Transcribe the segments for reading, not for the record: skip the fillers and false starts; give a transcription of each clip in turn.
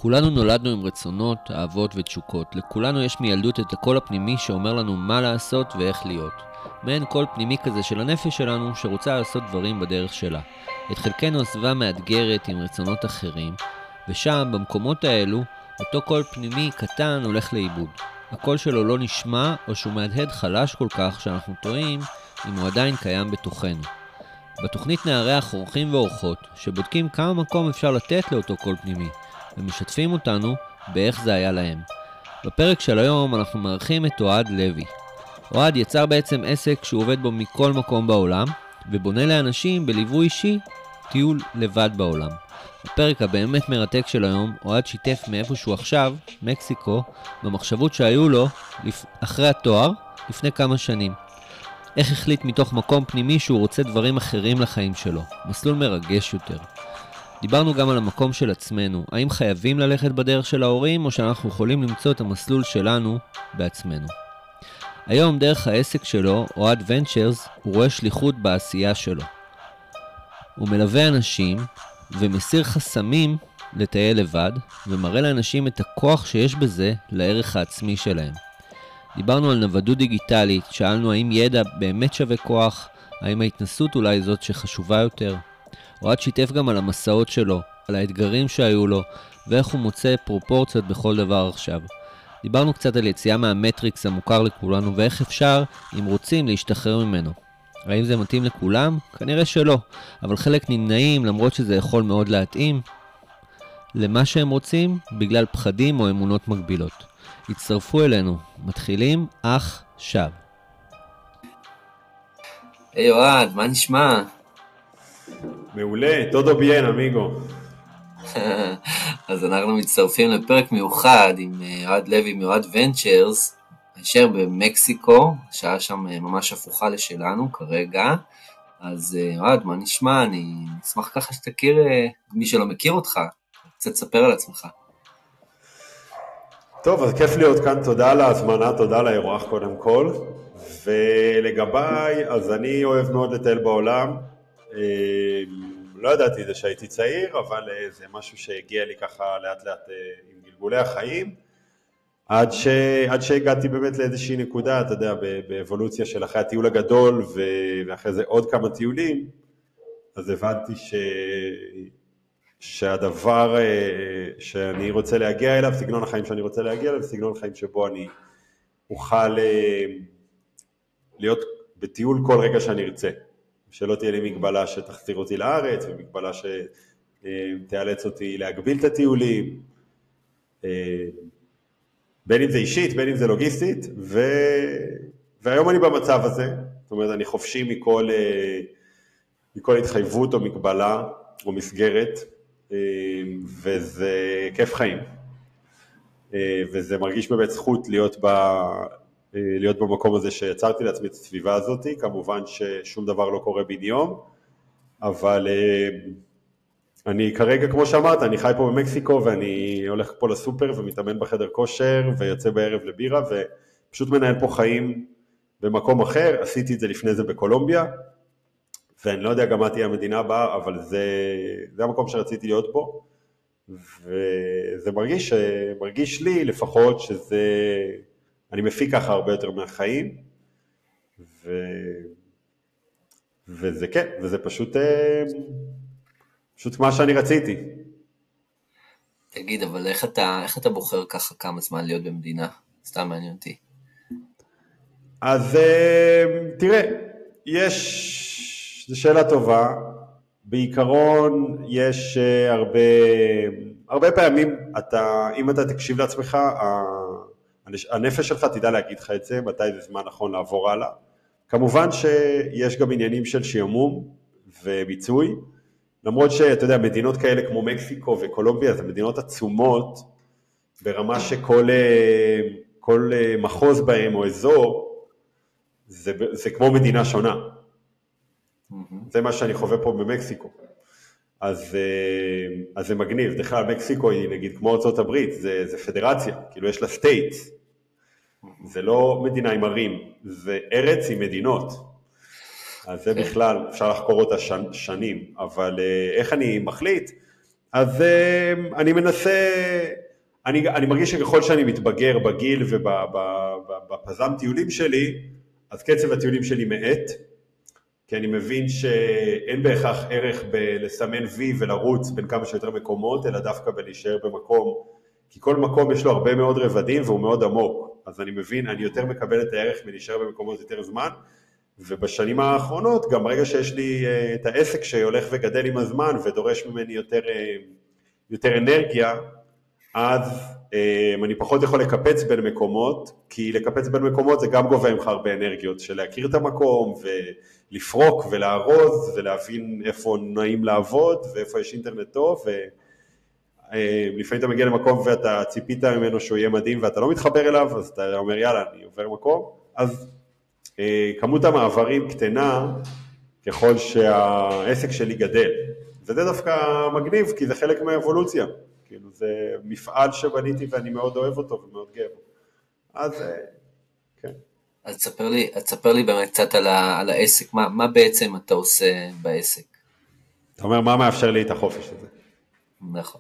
כולנו נולדנו עם רצונות, אהבות ותשוקות. לכולנו יש מילדות את הקול הפנימי שאומר לנו מה לעשות ואיך להיות. מעין קול פנימי כזה של הנפש שלנו שרוצה לעשות דברים בדרך שלה. את חלקנו הסביבה מאתגרת עם רצונות אחרים, ושם, במקומות האלו, אותו קול פנימי קטן הולך לאיבוד. הקול שלו לא נשמע או שהוא מהדהד חלש כל כך שאנחנו טועים אם הוא עדיין קיים בתוכנו. בתוכנית נארח אורחים ואורחות שבודקים כמה מקום אפשר לתת לאותו קול פנימי ומשתפים אותנו באיך זה היה להם. בפרק של היום אנחנו מארחים את אוהד לוי. אוהד יצר בעצם עסק שהוא עובד בו מכל מקום בעולם ובונה לאנשים בליווי אישי טיול לבד בעולם. בפרק הבאמת מרתק של היום אוהד שיתף מאיפה שהוא עכשיו, מקסיקו, במחשבות שהיו לו אחרי התואר לפני כמה שנים. איך החליט מתוך מקום פנימי שהוא רוצה דברים אחרים לחיים שלו, מסלול מרגש יותר. דיברנו גם על המקום של עצמנו, האם חייבים ללכת בדרך של ההורים או שאנחנו יכולים למצוא את המסלול שלנו בעצמנו. היום דרך העסק שלו, אוהד ונצ'רס, הוא רואה שליחות בעשייה שלו. הוא מלווה אנשים ומסיר חסמים לטייל לבד ומראה לאנשים את הכוח שיש בזה לערך העצמי שלהם. דיברנו על נוודות דיגיטלית, שאלנו האם ידע באמת שווה כוח, האם ההתנסות אולי זאת שחשובה יותר. אוהד שיתף גם על המסעות שלו, על האתגרים שהיו לו, ואיך הוא מוצא פרופורציות בכל דבר עכשיו. דיברנו קצת על יציאה מהמטריקס המוכר לכולנו, ואיך אפשר, אם רוצים, להשתחרר ממנו. האם זה מתאים לכולם? כנראה שלא, אבל חלק נמנעים למרות שזה יכול מאוד להתאים למה שהם רוצים, בגלל פחדים או אמונות מגבילות. הצטרפו אלינו, מתחילים עכשיו. היי אוהד, מה נשמע? מעולה, todo bien, amigo. אז אנחנו מצטרפים לפרק מיוחד עם אוהד לוי מאוהד ונצ'רס, אשר במקסיקו, שעה שם ממש הפוכה לשלנו כרגע. אז אוהד, מה נשמע? אני אשמח ככה שתכיר מי שלא מכיר אותך, קצת תספר על עצמך. טוב, אז כיף להיות כאן, תודה על ההזמנה, תודה על האירוח קודם כל. ולגביי, אז אני אוהב מאוד לטייל בעולם. לא ידעתי זה שהייתי צעיר, אבל זה משהו שהגיע לי ככה לאט לאט עם גלגולי החיים. עד שהגעתי באמת לאיזושהי נקודה, אתה יודע, באבולוציה של אחרי הטיול הגדול, ואחרי זה עוד כמה טיולים, אז הבנתי שהדבר שאני רוצה להגיע אליו, סגנון החיים שאני רוצה להגיע אליו, סגנון החיים שבו אני אוכל להיות בטיול כל רגע שאני ארצה, שלא תהיה לי מגבלה שתחזיר אותי לארץ, ומגבלה שתיאלץ אותי להגביל את הטיולים, בין אם זה אישית, בין אם זה לוגיסטית, והיום אני במצב הזה, זאת אומרת אני חופשי מכל התחייבות או מגבלה או מסגרת, וזה כיף חיים, וזה מרגיש באמת זכות להיות במקום הזה שיצרתי לעצמי את הסביבה הזאת. כמובן ששום דבר לא קורה בן יום, אבל אני כרגע, כמו שאמרת, אני חי פה במקסיקו, ואני הולך פה לסופר ומתאמן בחדר כושר ויוצא בערב לבירה, ופשוט מנהל פה חיים במקום אחר. עשיתי את זה לפני זה בקולומביה, ואני לא יודע גם מה תהיה המדינה הבאה, אבל זה המקום שרציתי להיות פה, וזה מרגיש לי לפחות שזה, אני מפיק ככה הרבה יותר מהחיים, וזה כן, וזה פשוט מה שאני רציתי. תגיד, אבל איך אתה בוחר ככה כמה זמן להיות במדינה? סתם מעניין אותי. אז תראה, זו שאלה טובה. בעיקרון יש הרבה פעמים, אם אתה תקשיב לעצמך, הנפש שלך תדע להגיד לך את זה, מתי זה זמן נכון לעבור הלאה. כמובן שיש גם עניינים של שימום וביצוי, למרות שאתה יודע, מדינות כאלה כמו מקסיקו וקולומביה, זה מדינות עצומות, ברמה שכל מחוז בהם או אזור, זה כמו מדינה שונה. זה מה שאני חווה פה במקסיקו. אז זה מגניב. בכלל מקסיקו היא נגיד כמו ארצות הברית, זה פדרציה, כאילו יש לה סטייטס. זה לא מדינה עם ערים, זה ארץ עם מדינות. אז זה בכלל, אפשר לחקור אותה שנים, אבל איך אני מחליט? אז אני מנסה, אני מרגיש שככל שאני מתבגר בגיל ובפזם טיולים שלי, אז קצב הטיולים שלי מעט, כי אני מבין שאין בהכרח ערך בלסמן וי ולרוץ בין כמה שיותר מקומות, אלא דווקא בלהישאר במקום, כי כל מקום יש לו הרבה מאוד רבדים והוא מאוד עמוק, אז אני מבין, אני יותר מקבל את הערך מלהישאר במקומות יותר זמן, ובשנים האחרונות, גם ברגע שיש לי את העסק שהולך וגדל עם הזמן ודורש ממני יותר אנרגיה, אז אני פחות יכול לקפץ בין מקומות, כי לקפץ בין מקומות זה גם גובה ממך הרבה אנרגיות, של להכיר את המקום ולפרוק ולארוז ולהבין איפה נעים לעבוד ואיפה יש אינטרנט טוב, ולפעמים אתה מגיע למקום ואתה ציפית ממנו שהוא יהיה מדהים ואתה לא מתחבר אליו, אז אתה אומר יאללה אני עובר מקום, אז כמות המעברים קטנה ככל שהעסק שלי גדל, וזה דווקא מגניב כי זה חלק מהאבולוציה, כאילו זה מפעל שבניתי ואני מאוד אוהב אותו ומאוד גאה בו. אז כן. אז תספר לי באמת קצת על העסק, מה בעצם אתה עושה בעסק? אתה אומר מה מאפשר לי את החופש הזה? נכון.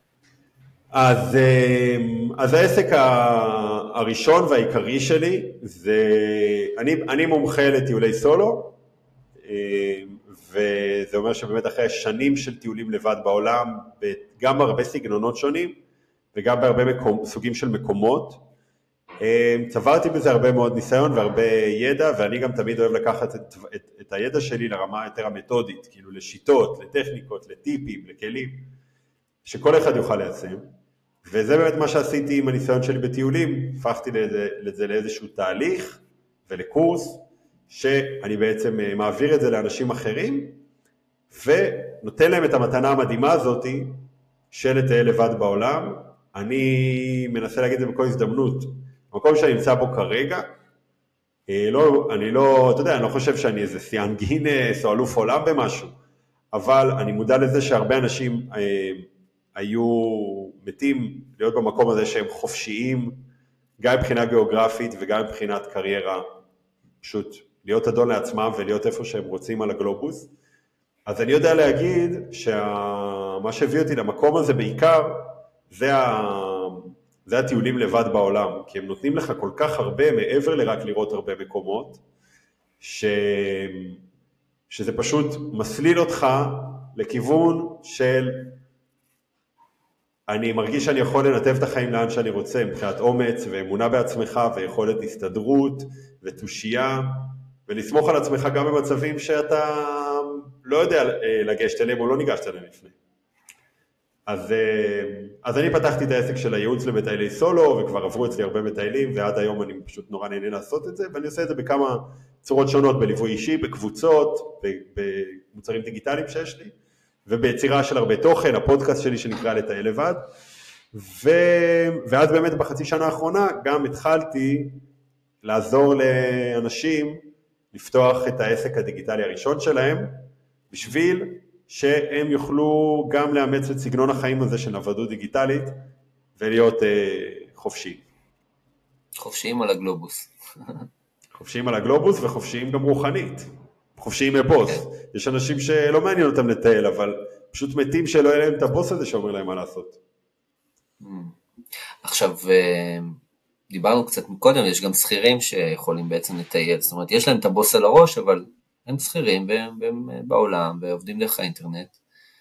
אז העסק הראשון והעיקרי שלי זה, אני מומחה לטיולי סולו, וזה אומר שבאמת אחרי שנים של טיולים לבד בעולם, גם בהרבה סגנונות שונים, וגם בהרבה סוגים של מקומות, צברתי בזה הרבה מאוד ניסיון והרבה ידע, ואני גם תמיד אוהב לקחת את הידע שלי לרמה יותר המתודית, כאילו לשיטות, לטכניקות, לטיפים, לכלים, שכל אחד יוכל ליישם, וזה באמת מה שעשיתי עם הניסיון שלי בטיולים, הפכתי לזה לאיזשהו תהליך ולקורס, שאני בעצם מעביר את זה לאנשים אחרים, ונותן להם את המתנה המדהימה הזאת של לטייל לבד בעולם. אני מנסה להגיד את זה בכל הזדמנות, המקום שאני נמצא בו כרגע, אני לא חושב שאני איזה שיאן גינס או אלוף עולם במשהו, אבל אני מודע לזה שהרבה אנשים היו מתים להיות במקום הזה שהם חופשיים, גם מבחינה גיאוגרפית וגם מבחינת קריירה, פשוט להיות אדון לעצמם ולהיות איפה שהם רוצים על הגלובוס. אז אני יודע להגיד שמה שהביא אותי למקום הזה בעיקר, זה הטיולים לבד בעולם, כי הם נותנים לך כל כך הרבה מעבר לרק לראות הרבה מקומות, שזה פשוט מסליל אותך לכיוון של אני מרגיש שאני יכול לנתב את החיים לאן שאני רוצה, מבחינת אומץ ואמונה בעצמך ויכולת הסתדרות ותושייה, ולסמוך על עצמך גם במצבים שאתה לא יודע לגשת אליהם או לא ניגשת אליהם לפני. אז אני פתחתי את העסק של הייעוץ למטיילי סולו, וכבר עברו אצלי הרבה מטיילים, ועד היום אני פשוט נורא נהנה לעשות את זה, ואני עושה את זה בכמה צורות שונות, בליווי אישי, בקבוצות, במוצרים דיגיטליים שיש לי, וביצירה של הרבה תוכן, הפודקאסט שלי שנקרא לטייל לבד, ואז באמת בחצי שנה האחרונה גם התחלתי לעזור לאנשים לפתוח את העסק הדיגיטלי הראשון שלהם, בשביל שהם יוכלו גם לאמץ את סגנון החיים הזה של עבדות דיגיטלית, ולהיות חופשיים. חופשיים על הגלובוס. חופשיים על הגלובוס וחופשיים גם רוחנית. חופשיים מבוס. יש אנשים שלא מעניין אותם לטייל, אבל פשוט מתים שלא יהיה להם את הבוס הזה שאומר להם מה לעשות. עכשיו, דיברנו קצת מקודם, יש גם שכירים שיכולים בעצם לטייל, זאת אומרת, יש להם את הבוס על הראש, אבל הם שכירים והם בעולם, ועובדים דרך האינטרנט.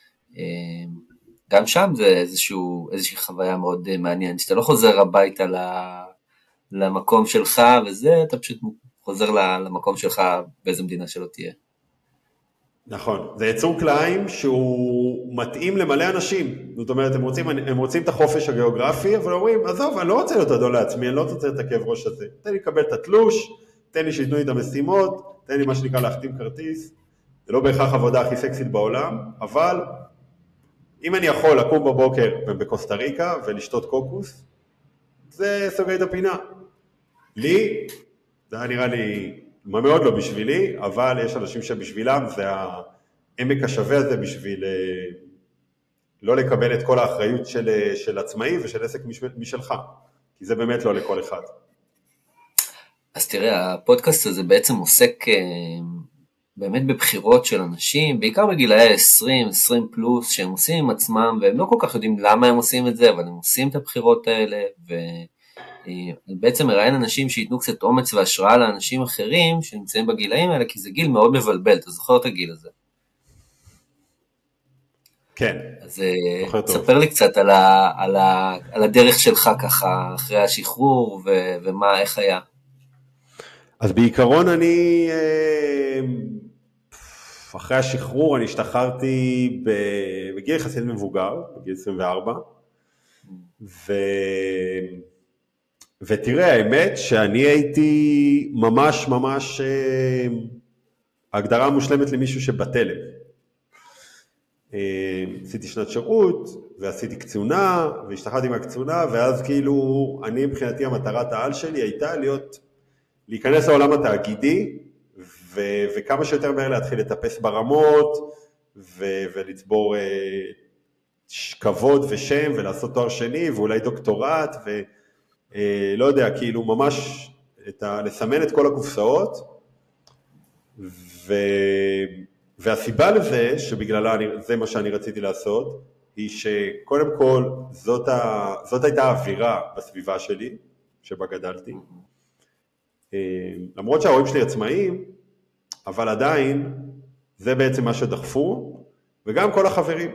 גם שם זה איזושהי חוויה מאוד מעניינת, שאתה לא חוזר הביתה למקום שלך וזה, אתה פשוט חוזר למקום שלך באיזו מדינה שלא תהיה. נכון, זה יצור כלאיים שהוא מתאים למלא אנשים, זאת אומרת, הם רוצים את החופש הגיאוגרפי, אבל אומרים, עזוב, אני לא רוצה להיות אדון לעצמי, אני לא רוצה את הכאב ראש הזה, תן לי לקבל את התלוש, תן לי שיתנו לי את המשימות, תן לי מה שנקרא להחתים כרטיס, זה לא בהכרח עבודה הכי סקסית בעולם, אבל אם אני יכול לקום בבוקר בקוסטה ריקה ולשתות קוקוס, זה סוגר את הפינה. לי, זה היה נראה לי מה מאוד לא בשבילי, אבל יש אנשים שבשבילם זה העמק השווה הזה בשביל לא לקבל את כל האחריות של עצמאי ושל עסק משלך, כי זה באמת לא לכל אחד. אז תראה, הפודקאסט הזה בעצם עוסק באמת בבחירות של אנשים, בעיקר בגילאי 20, 20 פלוס, שהם עושים עם עצמם, והם לא כל כך יודעים למה הם עושים את זה, אבל הם עושים את הבחירות האלה, ובעצם מראיין אנשים שיתנו קצת אומץ והשראה לאנשים אחרים, שנמצאים בגילאים האלה, כי זה גיל מאוד מבלבל, אתה זוכר את הגיל הזה? כן. אז תספר לי קצת על הדרך שלך ככה, אחרי השחרור, ומה, איך היה? אז בעיקרון אני, אחרי השחרור אני השתחררתי בגיל יחסית מבוגר, בגיל 24, ותראה, האמת שאני הייתי ממש הגדרה המושלמת למישהו שבתלם. עשיתי שנת שירות, ועשיתי קצונה, והשתחררתי מהקצונה, ואז כאילו, אני מבחינתי המטרת העל שלי הייתה להיכנס לעולם התאגידי, וכמה שיותר מהר להתחיל לטפס ברמות, ולצבור כבוד ושם, ולעשות תואר שני, ואולי דוקטורט, ולא יודע, כאילו ממש לסמן את כל הקופסאות, והסיבה לזה, שבגללה זה מה שאני רציתי לעשות, היא שקודם כל זאת הייתה האווירה בסביבה שלי, שבה גדלתי. למרות שההורים שלי עצמאיים, אבל עדיין זה בעצם מה שדחפו, וגם כל החברים.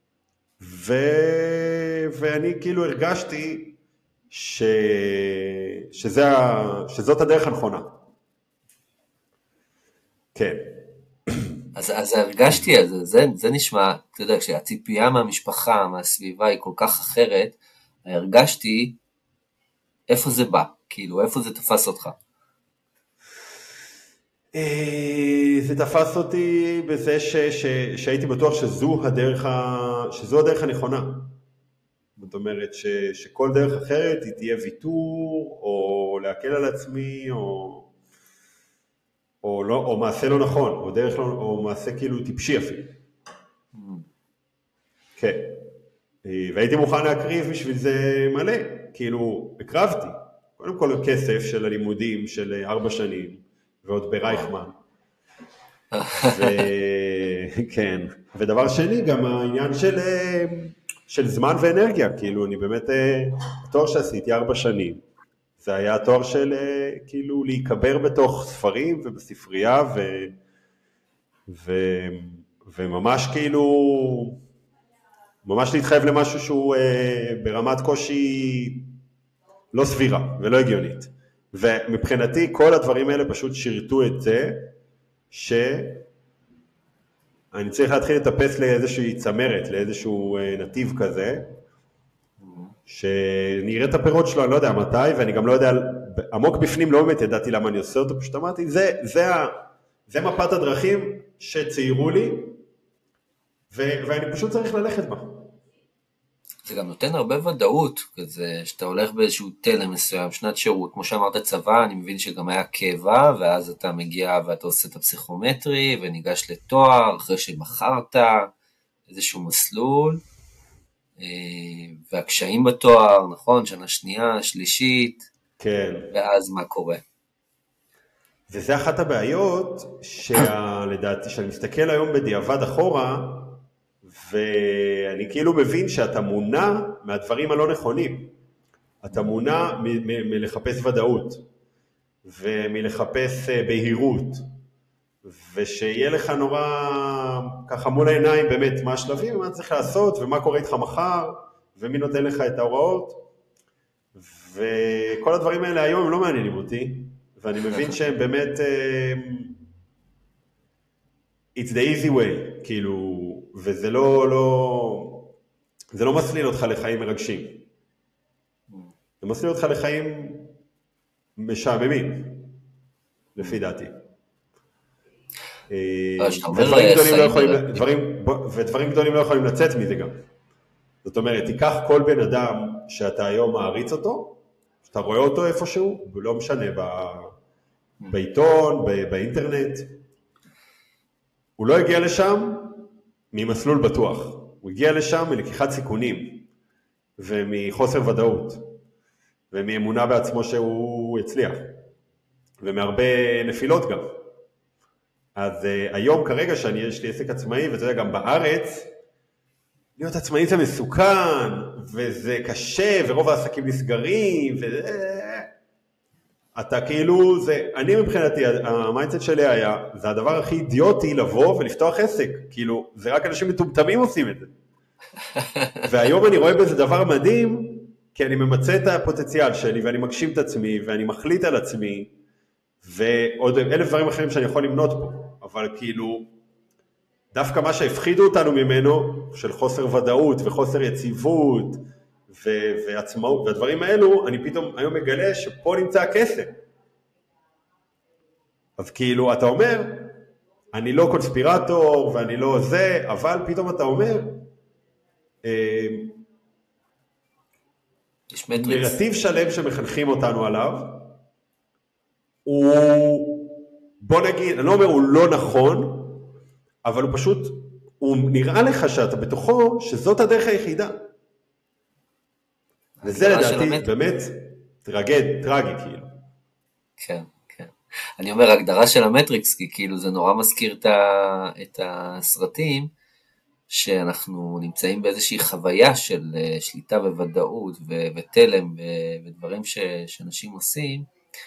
ואני כאילו הרגשתי שזאת הדרך הנכונה. כן. אז הרגשתי, זה נשמע, אתה יודע, כשהציפייה מהמשפחה, מהסביבה היא כל כך אחרת, הרגשתי איפה זה בא, כאילו, איפה זה תפס אותך? זה תפס אותי בזה שהייתי בטוח שזו הדרך הנכונה. זאת אומרת שכל דרך אחרת היא תהיה ויתור, או להקל על עצמי, או מעשה לא נכון, או מעשה כאילו טיפשי אפילו. כן. והייתי מוכן להקריב בשביל זה מלא, כאילו הקרבתי. קודם כל כסף של הלימודים של 4 שנים, ועוד ברייכמן. כן. ודבר שני, גם העניין של זמן ואנרגיה, כאילו אני באמת, התואר שעשיתי 4 שנים, זה היה התואר של כאילו להיקבר בתוך ספרים ובספרייה, וממש כאילו, ממש להתחייב למשהו שהוא ברמת קושי לא סבירה ולא הגיונית. ומבחינתי כל הדברים האלה פשוט שירתו את זה, שאני צריך להתחיל לטפס לאיזושהי צמרת, לאיזשהו נתיב כזה, שנראה את הפירות שלו, אני לא יודע מתי, ואני גם לא יודע, עמוק בפנים לא באמת ידעתי למה אני עושה אותו, פשוט אמרתי, זה מפת הדרכים שציירו לי, ואני פשוט צריך ללכת בה. זה גם נותן הרבה ודאות, כזה שאתה הולך באיזשהו תלם מסוים, שנת שירות, כמו שאמרת צבא, אני מבין שגם היה קבע, ואז אתה מגיע ואתה עושה את הפסיכומטרי, וניגש לתואר, אחרי שבחרת איזשהו מסלול, והקשיים בתואר, נכון, שנה שנייה, שלישית, כן. ואז מה קורה? וזה אחת הבעיות, שלדעתי, שאני מסתכל היום בדיעבד אחורה, ואני כאילו מבין שאתה מונע מהדברים הלא נכונים. אתה מונע מלחפש ודאות, ומלחפש בהירות, ושיהיה לך נורא ככה מול העיניים באמת מה השלבים, ומה צריך לעשות, ומה קורה איתך מחר, ומי נותן לך את ההוראות, וכל הדברים האלה היום הם לא מעניינים אותי, ואני מבין שהם באמת, it's the easy way, כאילו, וזה זה לא מסליל אותך לחיים מרגשים. זה מסליל אותך לחיים משעממים, לפי דעתי. ודברים גדולים לא יכולים לצאת מזה גם. זאת אומרת, תיקח כל בן אדם שאתה היום מעריץ אותו, שאתה רואה אותו איפשהו, ולא משנה, בעיתון, באינטרנט, הוא לא הגיע לשם ממסלול בטוח, הוא הגיע לשם מלקיחת סיכונים, ומחוסר ודאות, ומאמונה בעצמו שהוא הצליח, ומהרבה נפילות גם. אז היום כרגע יש לי עסק עצמאי, ואתה יודע, גם בארץ, להיות עצמאי זה מסוכן, וזה קשה, ורוב העסקים נסגרים, אתה כאילו, אני מבחינתי, המיינדסט שלי היה, זה הדבר הכי אידיוטי לבוא ולפתוח עסק, כאילו, זה רק אנשים מטומטמים עושים את זה. והיום אני רואה בזה דבר מדהים, כי אני ממצא את הפוטנציאל שלי, ואני מגשים את עצמי, ואני מחליט על עצמי, ועוד 1,000 דברים אחרים שאני יכול למנות פה, אבל כאילו, דווקא מה שהפחידו אותנו ממנו, של חוסר ודאות וחוסר יציבות ועצמאות, והדברים האלו, אני פתאום היום מגלה שפה נמצא הכסף. אז כאילו, אתה אומר, אני לא קונספירטור ואני לא זה, אבל פתאום אתה אומר, יש מטריקס. נרטיב שלם שמחנכים אותנו עליו, הוא, בוא נגיד, אני לא אומר הוא לא נכון, אבל הוא פשוט, הוא נראה לך שאתה בתוכו, שזאת הדרך היחידה. וזה לדעתי באמת טרגי כאילו. כן, כן. אני אומר, ההגדרה של המטריקס, כי כאילו זה נורא מזכיר את הסרטים, שאנחנו נמצאים באיזושהי חוויה של שליטה וודאות ותלם ודברים שאנשים עושים,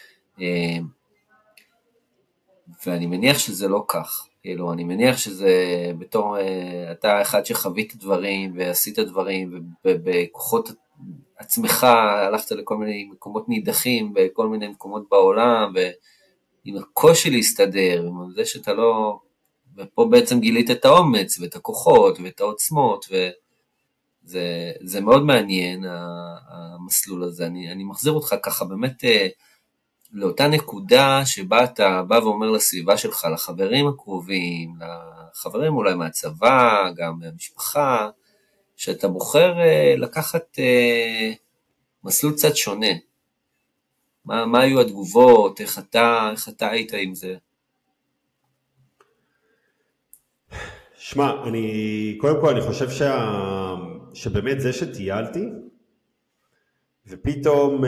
ואני מניח שזה לא כך. כאילו, אני מניח שזה בתור, אתה אחד שחווית דברים ועשית דברים, ובכוחות עצמך הלכת לכל מיני מקומות נידחים, בכל מיני מקומות בעולם, ועם הקושי להסתדר, עם זה שאתה לא, ופה בעצם גילית את האומץ, ואת הכוחות, ואת העוצמות, וזה מאוד מעניין, המסלול הזה. אני מחזיר אותך ככה באמת, לאותה נקודה שבה אתה בא ואומר לסביבה שלך, לחברים הקרובים, לחברים אולי מהצבא, גם מהמשפחה, שאתה בוחר לקחת מסלול קצת שונה. מה היו התגובות, איך אתה היית עם זה? שמע, קודם כל אני חושב שבאמת זה שטיילתי, ופתאום,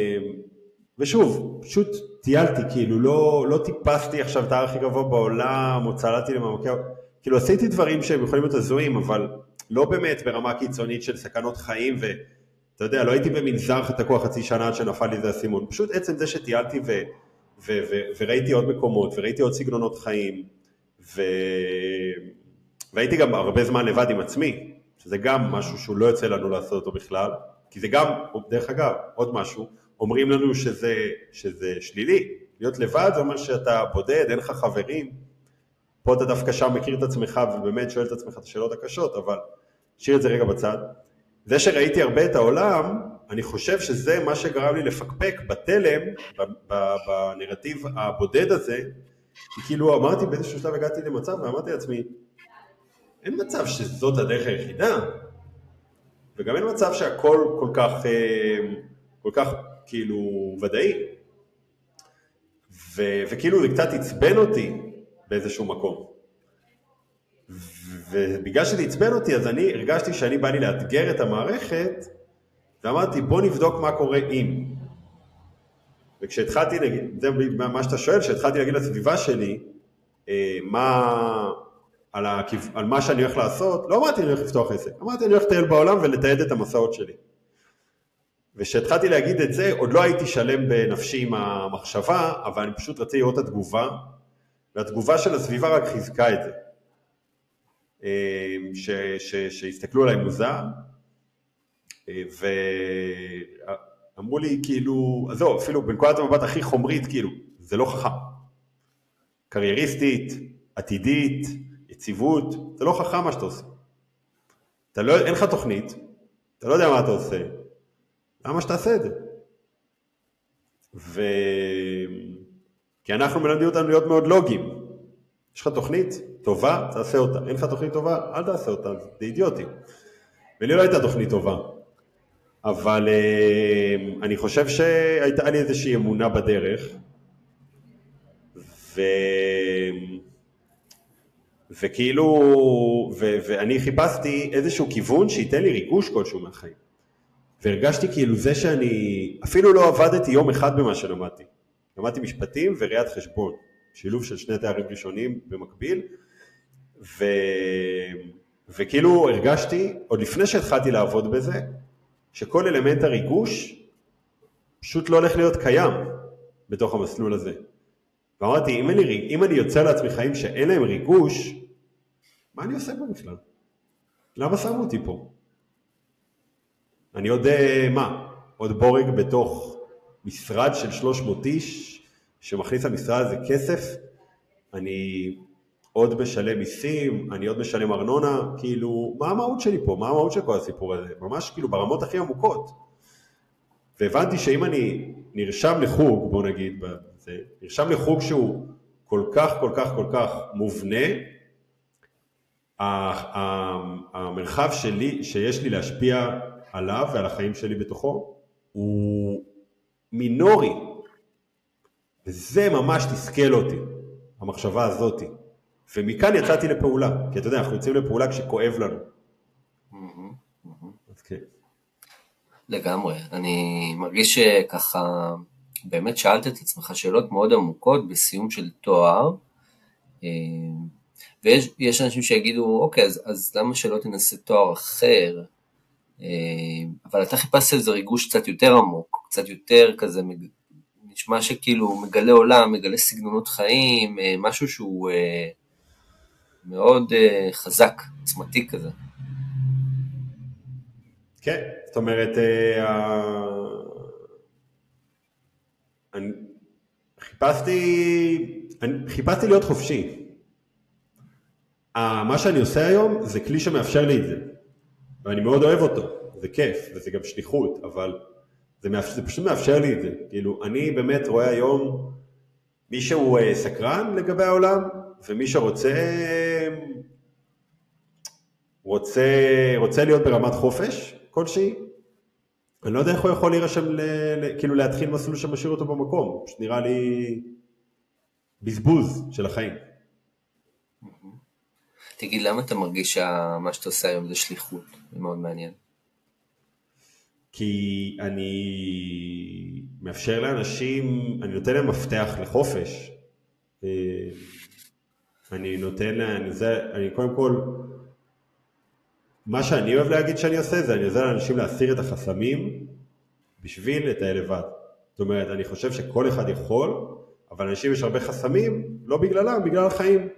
ושוב, פשוט טיילתי, כאילו לא טיפסתי עכשיו את ההר הכי גבוה בעולם, או צללתי למעמקי, כאילו עשיתי דברים שהם יכולים להיות הזויים, אבל לא באמת ברמה קיצונית של סכנות חיים, ואתה יודע, לא הייתי במנזר תקוע חצי שנה עד שנפל לי זה הסימון, פשוט עצם זה שטיילתי וראיתי עוד מקומות, וראיתי עוד סגנונות חיים, והייתי גם הרבה זמן לבד עם עצמי, שזה גם משהו שהוא לא יוצא לנו לעשות אותו בכלל, כי זה גם, דרך אגב, עוד משהו, אומרים לנו שזה שלילי, להיות לבד זה אומר שאתה בודד, אין לך חברים, פה אתה דווקא שם מכיר את עצמך ובאמת שואל את עצמך את השאלות הקשות, אבל שאיר את זה רגע בצד. זה שראיתי הרבה את העולם, אני חושב שזה מה שגרם לי לפקפק בתלם, בנרטיב הבודד הזה, כי כאילו אמרתי באיזשהו שלב הגעתי למצב ואמרתי לעצמי, אין מצב שזאת הדרך היחידה, וגם אין מצב שהכל כל כך כאילו ודאי, וכאילו זה קצת עצבן אותי באיזשהו מקום, ובגלל שזה עצבן אותי אז אני הרגשתי שאני בא לי לאתגר את המערכת, ואמרתי בוא נבדוק מה קורה אם, וכשהתחלתי להגיד, זה מה שאתה שואל, כשהתחלתי להגיד לסביבה שלי, על מה שאני הולך לעשות, לא אמרתי אני הולך לפתוח עסק, אמרתי אני הולך לטייל בעולם ולתעד את המסעות שלי. ושהתחלתי להגיד את זה, עוד לא הייתי שלם בנפשי עם המחשבה, אבל אני פשוט רציתי לראות את התגובה, והתגובה של הסביבה רק חיזקה את זה. שהסתכלו עליי מוזר, ואמרו לי כאילו, אז לא, אפילו בנקודת המבט הכי חומרית, כאילו, זה לא חכם. קרייריסטית, עתידית, יציבות, זה לא חכם מה שאתה עושה. אין לך תוכנית, אתה לא יודע מה אתה עושה, למה שתעשה את זה? כי אנחנו מלמדים אותנו להיות מאוד לוגיים. יש לך תוכנית טובה, תעשה אותה. אין לך תוכנית טובה, אל תעשה אותה, זה אידיוטי. ולי לא הייתה תוכנית טובה. אבל אני חושב שהייתה לי איזושהי אמונה בדרך, וכאילו, ואני חיפשתי איזשהו כיוון שייתן לי ריגוש כלשהו מהחיים. והרגשתי כאילו זה שאני אפילו לא עבדתי יום אחד במה שלמדתי. למדתי משפטים וראיית חשבון. שילוב של שני תארים ראשונים במקביל, וכאילו הרגשתי, עוד לפני שהתחלתי לעבוד בזה, שכל אלמנט הריגוש פשוט לא הולך להיות קיים בתוך המסלול הזה. ואמרתי, אם אני יוצא לעצמי חיים שאין להם ריגוש, מה אני עושה בכלל? למה שמו אותי פה? אני עוד, עוד בורג בתוך משרד של 300 איש, שמכניס למשרד הזה כסף, אני עוד משלם מיסים, אני עוד משלם ארנונה, כאילו, מה המהות שלי פה? מה המהות של כל הסיפור הזה? ממש כאילו ברמות הכי עמוקות. והבנתי שאם אני נרשם לחוג, בוא נגיד, נרשם לחוג שהוא כל כך מובנה, המרחב שלי, שיש לי להשפיע עליו ועל החיים שלי בתוכו, הוא מינורי, וזה ממש תסכל אותי, המחשבה הזאת. ומכאן יצאתי לפעולה, כי אתה יודע, אנחנו יוצאים לפעולה כשכואב לנו. אז כן. לגמרי, אני מרגיש שככה, באמת שאלת את עצמך שאלות מאוד עמוקות בסיום של תואר, ויש אנשים שיגידו, אוקיי, אז למה שלא תנסה תואר אחר? אבל אתה חיפשת איזה ריגוש קצת יותר עמוק, קצת יותר כזה, נשמע שכאילו מגלה עולם, מגלה סגנונות חיים, משהו שהוא מאוד חזק, עצמתי כזה. כן, זאת אומרת, אני חיפשתי להיות חופשי. מה שאני עושה היום זה כלי שמאפשר לי את זה, ואני מאוד אוהב אותו, זה כיף, וזה גם שליחות, אבל זה פשוט מאפשר לי את זה. כאילו, אני באמת רואה היום מי שהוא סקרן לגבי העולם, ומי רוצה להיות ברמת חופש כלשהי, אני לא יודע איך הוא יכול להירשם, כאילו להתחיל מסלול שמשאיר אותו במקום, פשוט נראה לי בזבוז של החיים. תגיד, למה אתה מרגיש שמה שאתה עושה היום זה שליחות? זה מאוד מעניין. כי אני מאפשר לאנשים, אני נותן להם מפתח לחופש. אני נותן להם, אני קודם כל, מה שאני אוהב להגיד שאני עושה, זה אני עוזר לאנשים להסיר את החסמים בשביל לטייל לבד. זאת אומרת, אני חושב שכל אחד יכול, אבל אנשים יש הרבה חסמים, לא בגללם, בגלל החיים.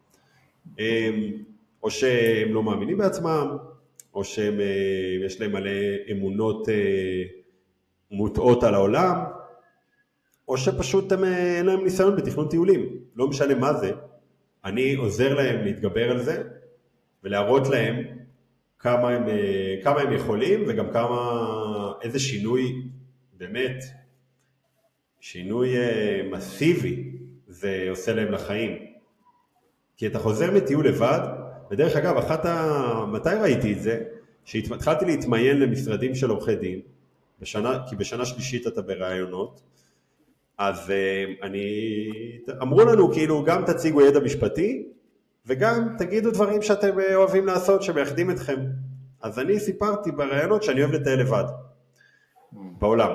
או שהם לא מאמינים בעצמם, או שיש להם מלא אמונות מוטעות על העולם, או שפשוט אין להם ניסיון בתכנון טיולים. לא משנה מה זה, אני עוזר להם להתגבר על זה, ולהראות להם כמה הם יכולים, וגם איזה שינוי, באמת, שינוי מסיבי, זה עושה להם לחיים. כי אתה חוזר מטיול לבד, ודרך אגב, מתי ראיתי את זה? שהתחלתי להתמיין למשרדים של עורכי דין, כי בשנה שלישית אתה ברעיונות, אז אמרו לנו כאילו גם תציגו ידע משפטי, וגם תגידו דברים שאתם אוהבים לעשות, שמייחדים אתכם. אז אני סיפרתי ברעיונות שאני אוהב לטייל לבד, בעולם.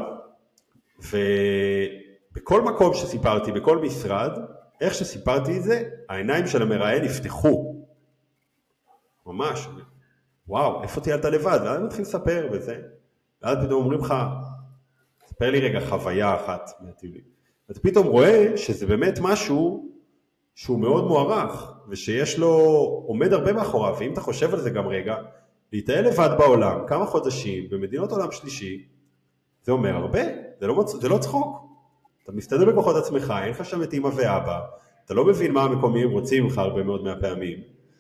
ובכל מקום שסיפרתי, בכל משרד, איך שסיפרתי את זה, העיניים של המראיין נפתחו. ממש. וואו, איפה טיילת לבד? ואז מתחיל לספר וזה. ואז פתאום אומרים לך, ספר לי רגע חוויה אחת מהטיולים. אתה פתאום רואה שזה באמת משהו שהוא מאוד מוערך, ושיש לו, עומד הרבה מאחוריו, ואם אתה חושב על זה גם רגע, להתאהל לבד בעולם, כמה חודשים, במדינות עולם שלישי, זה אומר הרבה, זה לא צחוק. אתה מסתדר בכוחות עצמך, אין לך שם את אמא ואבא, אתה לא מבין מה המקומיים רוצים לך הרבה מאוד מהפעמים,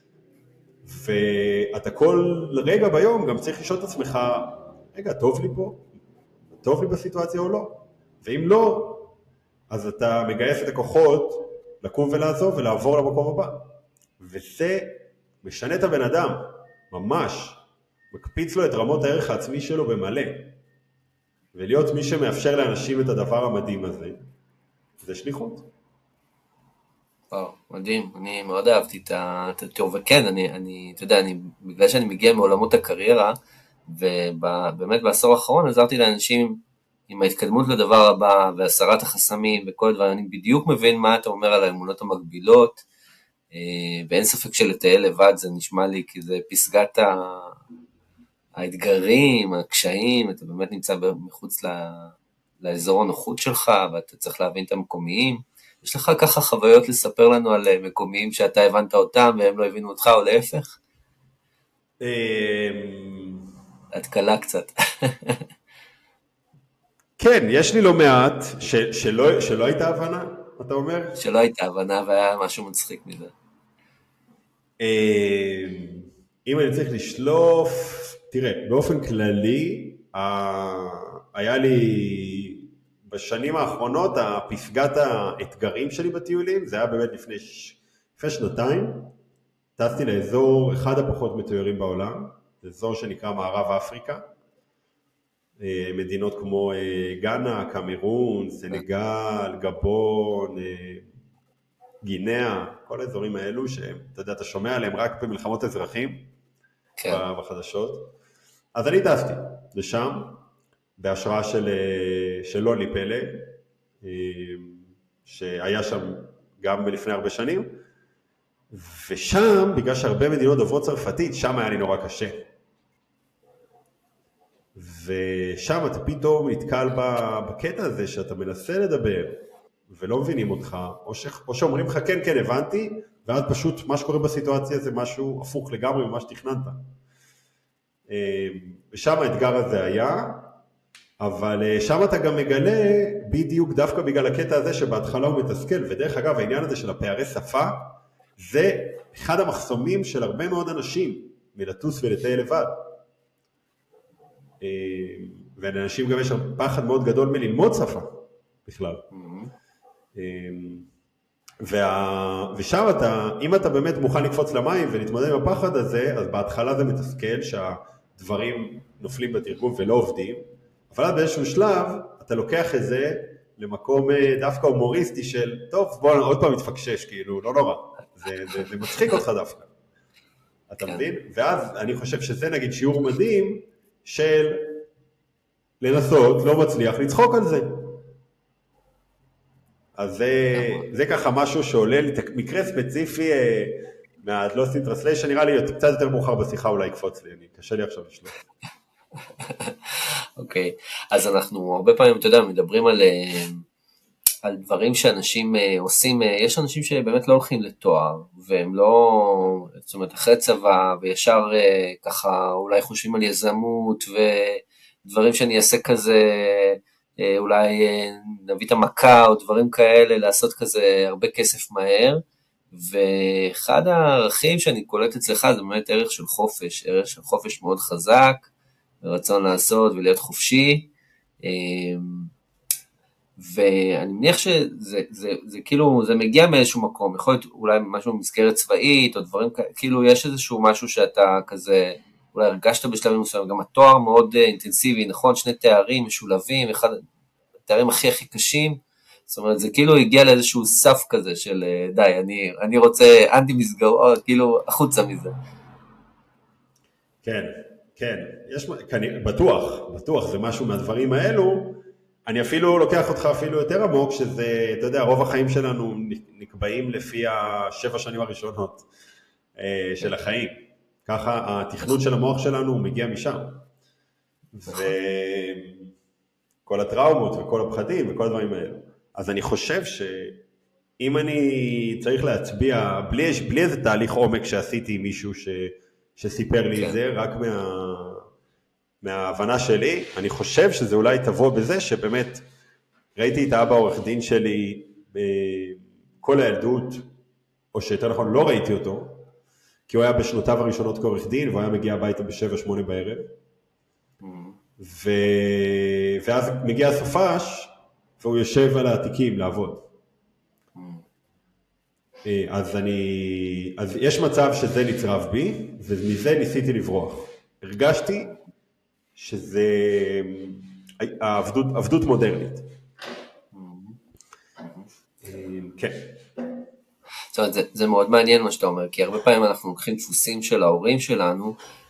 ואתה כל רגע ביום גם צריך לשאול את עצמך, רגע, טוב לי פה? טוב לי בסיטואציה או לא? ואם לא, אז אתה מגייס את הכוחות לקום ולעזוב ולעבור למקום הבא. וזה משנה את הבן אדם, ממש, מקפיץ לו את רמות הערך העצמי שלו במלא. ולהיות מי שמאפשר לאנשים את הדבר המדהים הזה, זה שליחות. וואו, מדהים, אני מאוד אהבתי את התיאור, וכן, אתה יודע, בגלל שאני מגיע מעולמות הקריירה, ובאמת בעשור האחרון עזרתי לאנשים עם ההתקדמות לדבר הבא והסרת החסמים וכל הדברים, אני בדיוק מבין מה אתה אומר על האמונות המקבילות, ואין ספק שלטייל לבד זה נשמע לי כי זה פסגת האתגרים, הקשיים, אתה באמת נמצא מחוץ לאזור הנוחות שלך, ואתה צריך להבין את המקומיים. יש לך ככה חוויות לספר לנו על מקומיים שאתה הבנת אותם והם לא הבינו אותך, או להפך? התקלה קצת. כן, יש לי לא מעט שלא הייתה הבנה, אתה אומר? שלא הייתה הבנה והיה משהו מצחיק מזה. אם אני צריך לשלוף, תראה, באופן כללי, היה לי בשנים האחרונות, פסגת האתגרים שלי בטיולים, זה היה באמת לפני שנתיים, טסתי לאזור אחד הפחות מתוארים בעולם, זה אזור שנקרא מערב אפריקה, מדינות כמו גאנה, קמרון, סנגל, גבון, גינאה, כל האזורים האלו שאתה יודע, אתה שומע עליהם רק במלחמות אזרחים, כן. בחדשות. אז אני טסתי לשם, בהשראה של לולי פלא, שהיה שם גם לפני הרבה שנים, ושם, בגלל שהרבה מדינות דוברות צרפתית, שם היה לי נורא קשה. ושם אתה פתאום נתקל בקטע הזה שאתה מנסה לדבר, ולא מבינים אותך, או שאומרים לך כן, כן, הבנתי, ואז פשוט מה שקורה בסיטואציה זה משהו הפוך לגמרי ממה שתכננת. ושם האתגר הזה היה, אבל שם אתה גם מגלה בדיוק דווקא בגלל הקטע הזה שבהתחלה הוא מתסכל, ודרך אגב העניין הזה של הפערי שפה, זה אחד המחסומים של הרבה מאוד אנשים מלטוס ולטייל לבד. ולאנשים גם יש פחד מאוד גדול מללמוד שפה בכלל. ושם אם אתה באמת מוכן לקפוץ למים ולהתמודד עם הפחד הזה, אז בהתחלה זה מתסכל שהדברים נופלים בתרגום ולא עובדים, אבל באיזשהו שלב אתה לוקח את זה למקום דווקא הומוריסטי של, טוב, בוא עוד פעם מתפקשש, כאילו, לא נורא, זה מצחיק אותך דווקא, אתה מבין? ואז אני חושב שזה נגיד שיעור מדהים של לנסות, לא מצליח, לצחוק על זה. אז זה ככה משהו שעולה לי, מקרה ספציפי מה-Lost in Translation, נראה לי קצת יותר מאוחר בשיחה אולי יקפוץ לי, קשה לי עכשיו לשלוח. אוקיי, אז אנחנו הרבה פעמים, אתה יודע, מדברים על דברים שאנשים עושים, יש אנשים שבאמת לא הולכים לתואר, והם לא, זאת אומרת, אחרי צבא, וישר ככה אולי חושבים על יזמות, ודברים שאני אעשה כזה, אולי נביא את המכה, או דברים כאלה, לעשות כזה הרבה כסף מהר, ואחד הערכים שאני קולט אצלך, זה באמת ערך של חופש, ערך של חופש מאוד חזק, ורצון לעשות ולהיות חופשי, ואני מניח שזה כאילו, זה מגיע מאיזשהו מקום, יכול להיות אולי משהו במסגרת צבאית, או דברים כאילו, יש איזשהו משהו שאתה כזה, אולי הרגשת בשלבים מסוים, גם התואר מאוד אינטנסיבי, נכון? שני תארים משולבים, אחד התארים הכי קשים, זאת אומרת, זה כאילו הגיע לאיזשהו סף כזה של, די, אני רוצה אנטי מסגרות, כאילו, החוצה מזה. כן. כן, בטוח, זה משהו מהדברים האלו, אני אפילו לוקח אותך אפילו יותר עמוק, שזה, אתה יודע, רוב החיים שלנו נקבעים לפי 7 שנים הראשונות של החיים, ככה התכנון של המוח שלנו מגיע משם, וכל הטראומות וכל הפחדים וכל הדברים האלו, אז אני חושב שאם אני צריך להצביע, בלי איזה תהליך עומק שעשיתי עם מישהו שסיפר לי את זה, רק מההבנה שלי, אני חושב שזה אולי תבוא בזה שבאמת ראיתי את האבא עורך דין שלי בכל הילדות, או שיותר נכון לא ראיתי אותו, כי הוא היה בשנותיו הראשונות כעורך דין, והוא היה מגיע הביתה ב7-8 בערב, ואז מגיע הסופש, והוא יושב על העתיקים לעבוד. אז יש מצב שזה נצרב בי, ומזה ניסיתי לברוח. הרגשתי שזה עבדות מודרנית. כן. זאת אומרת, זה מאוד מעניין מה שאתה אומר, כי הרבה פעמים אנחנו לוקחים דפוסים של ההורים שלנו,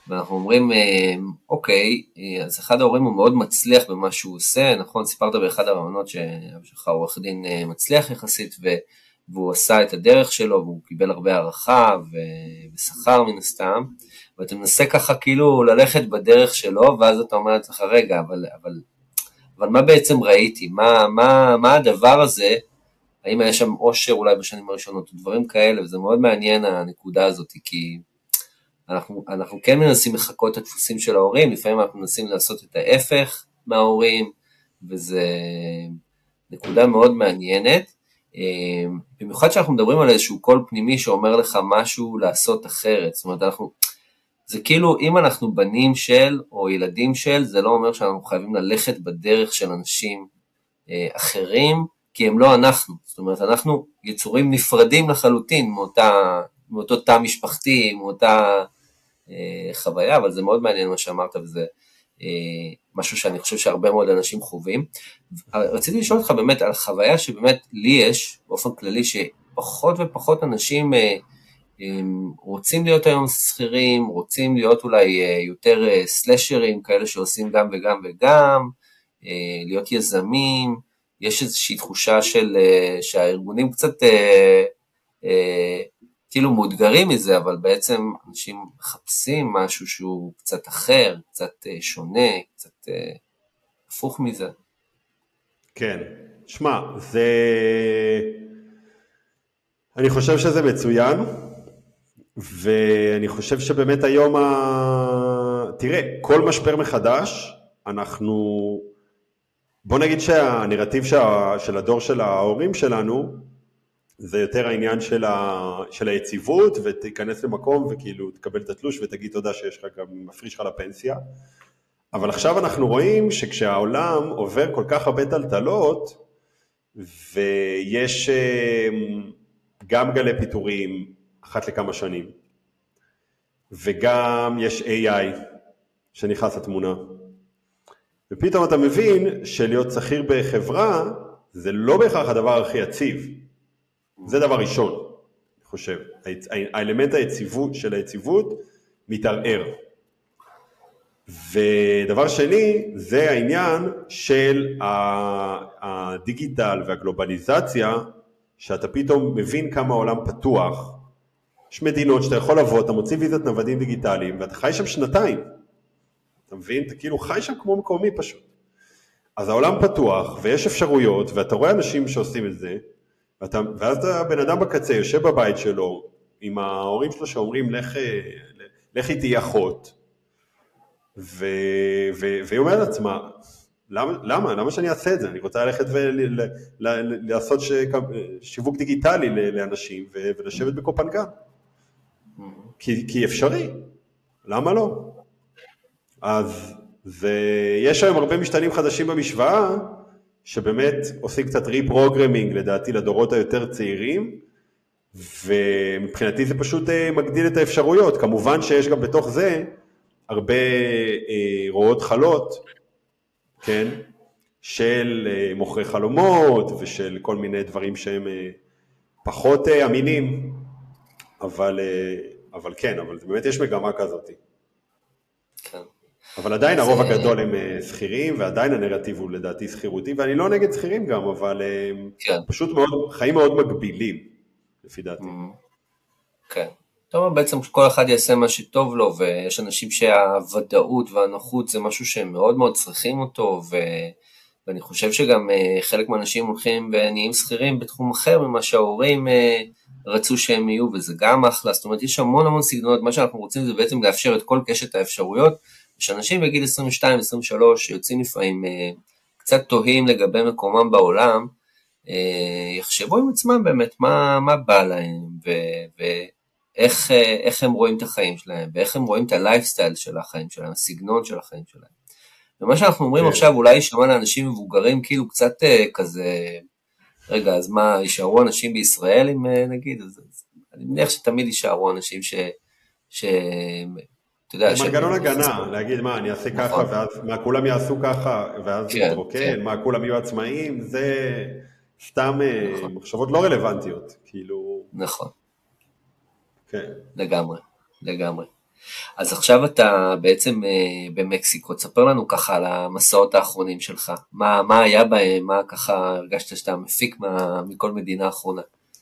ואנחנו אומרים, אוקיי, אז אחד ההורים הוא מאוד מצליח במה שהוא עושה, נכון, סיפרת באחד הרעיונות שלך עורך דין מצליח יחסית, והוא עשה את הדרך שלו, והוא קיבל הרבה הערכה ושכר מן הסתם, ואתה מנסה ככה כאילו ללכת בדרך שלו, ואז אתה אומר לך, רגע, אבל מה בעצם ראיתי? מה הדבר הזה? האם היה שם עושר אולי בשנים הראשונות, דברים כאלה, וזה מאוד מעניין הנקודה הזאת, כי אנחנו כן מנסים לחכות את הדפוסים של ההורים, לפעמים אנחנו מנסים לעשות את ההפך מההורים, וזה נקודה מאוד מעניינת, במיוחד שאנחנו מדברים על איזשהו קול פנימי שאומר לך משהו לעשות אחרת, זאת אומרת זה כאילו אם אנחנו בנים של או ילדים של, זה לא אומר שאנחנו חייבים ללכת בדרך של אנשים אחרים, כי הם לא אנחנו, זאת אומרת אנחנו יצורים נפרדים לחלוטין מאותו תא משפחתי, מאותה חוויה, אבל זה מאוד מעניין מה שאמרת, וזה משהו שאני חושב שהרבה מאוד אנשים חווים. רציתי לשאול אותך באמת על חוויה שבאמת לי יש, באופן כללי, שפחות ופחות אנשים רוצים להיות היום שכירים, רוצים להיות אולי יותר סלשרים, כאלה שעושים גם וגם וגם, להיות יזמים, יש איזושהי תחושה שהארגונים קצת כאילו מאותגרים מזה, אבל בעצם אנשים מחפשים משהו שהוא קצת אחר, קצת שונה, קצת הפוך מזה. כן, שמע, אני חושב שזה מצוין, ואני חושב שבאמת היום, תראה, כל משבר מחדש, בוא נגיד שהנרטיב של הדור של ההורים שלנו, זה יותר העניין של היציבות, ותיכנס למקום וכאילו תקבל את התלוש ותגיד תודה שיש לך גם מפריש לך לפנסיה. אבל עכשיו אנחנו רואים שכשהעולם עובר כל כך הרבה טלטלות, ויש גם גלי פיטורים אחת לכמה שנים, וגם יש AI שנכנס לתמונה, ופתאום אתה מבין שלהיות שכיר בחברה זה לא בהכרח הדבר הכי יציב. זה דבר ראשון, אני חושב. האלמנט של היציבות מתערער. ודבר שני, זה העניין של הדיגיטל והגלובליזציה, שאתה פתאום מבין כמה העולם פתוח. יש מדינות שאתה יכול לבוא, אתה מוציא ויזת נוודים דיגיטליים, ואתה חי שם שנתיים. אתה מבין? אתה כאילו חי שם כמו מקומי פשוט. אז העולם פתוח, ויש אפשרויות, ואתה רואה אנשים שעושים את זה, ואז הבן אדם בקצה יושב בבית שלו, עם ההורים שלו שאומרים, לך איתי אחות, והיא אומרת לעצמה, למה שאני אעשה את זה? אני רוצה ללכת ולעשות שיווק דיגיטלי לאנשים, ולשבת בקופנגן. כי אפשרי, למה לא? אז יש היום הרבה משתנים חדשים במשוואה, שבאמת עושים קצת ריפרוגרמינג לדעתי לדורות היותר צעירים, ומבחינתי זה פשוט מגדיל את האפשרויות. כמובן שיש גם בתוך זה הרבה רואות חלות, כן, של מוכרי חלומות ושל כל מיני דברים שהם פחות אמינים, אבל כן, אבל באמת יש מגמה כזאת. כן. אבל עדיין הרוב הגדול הם שכירים, ועדיין הנרטיב הוא לדעתי שכירותי, ואני לא נגד שכירים גם, אבל פשוט חיים מאוד מגבילים, לפי דעתי. כן. טוב, בעצם כל אחד יעשה מה שטוב לו, ויש אנשים שהוודאות והנוחות זה משהו שהם מאוד מאוד צריכים אותו, ואני חושב שגם חלק מהאנשים הולכים ונהיים שכירים בתחום אחר ממה שההורים רצו שהם יהיו, וזה גם אחלה. זאת אומרת, יש המון סגנונות, מה שאנחנו רוצים זה בעצם לאפשר את כל קשת האפשרויות, שאנשים בגיל 22-23 שיוצאים לפעמים קצת תוהים לגבי מקומם בעולם, יחשבו עם עצמם באמת מה בא להם, ואיך הם רואים את החיים שלהם, ואיך הם רואים את הלייפסטייל של החיים שלהם, הסגנון של החיים שלהם. ומה שאנחנו אומרים עכשיו, אולי יישמע לאנשים מבוגרים, כאילו קצת כזה, רגע, אז מה, יישארו אנשים בישראל אם נגיד? אז אני מניח שתמיד יישארו אנשים מנגנון הגנה, להגיד מה, אני אעשה ככה, ואז מה, כולם יעשו ככה, ואז מתרוקן, מה, כולם יהיו עצמאים, זה סתם מחשבות לא רלוונטיות, כאילו... נכון. כן. לגמרי. אז עכשיו אתה בעצם במקסיקו, תספר לנו ככה על המסעות האחרונים שלך, מה היה בהם, מה ככה הרגשת שאתה מפיק מכל מדינה האחרונה?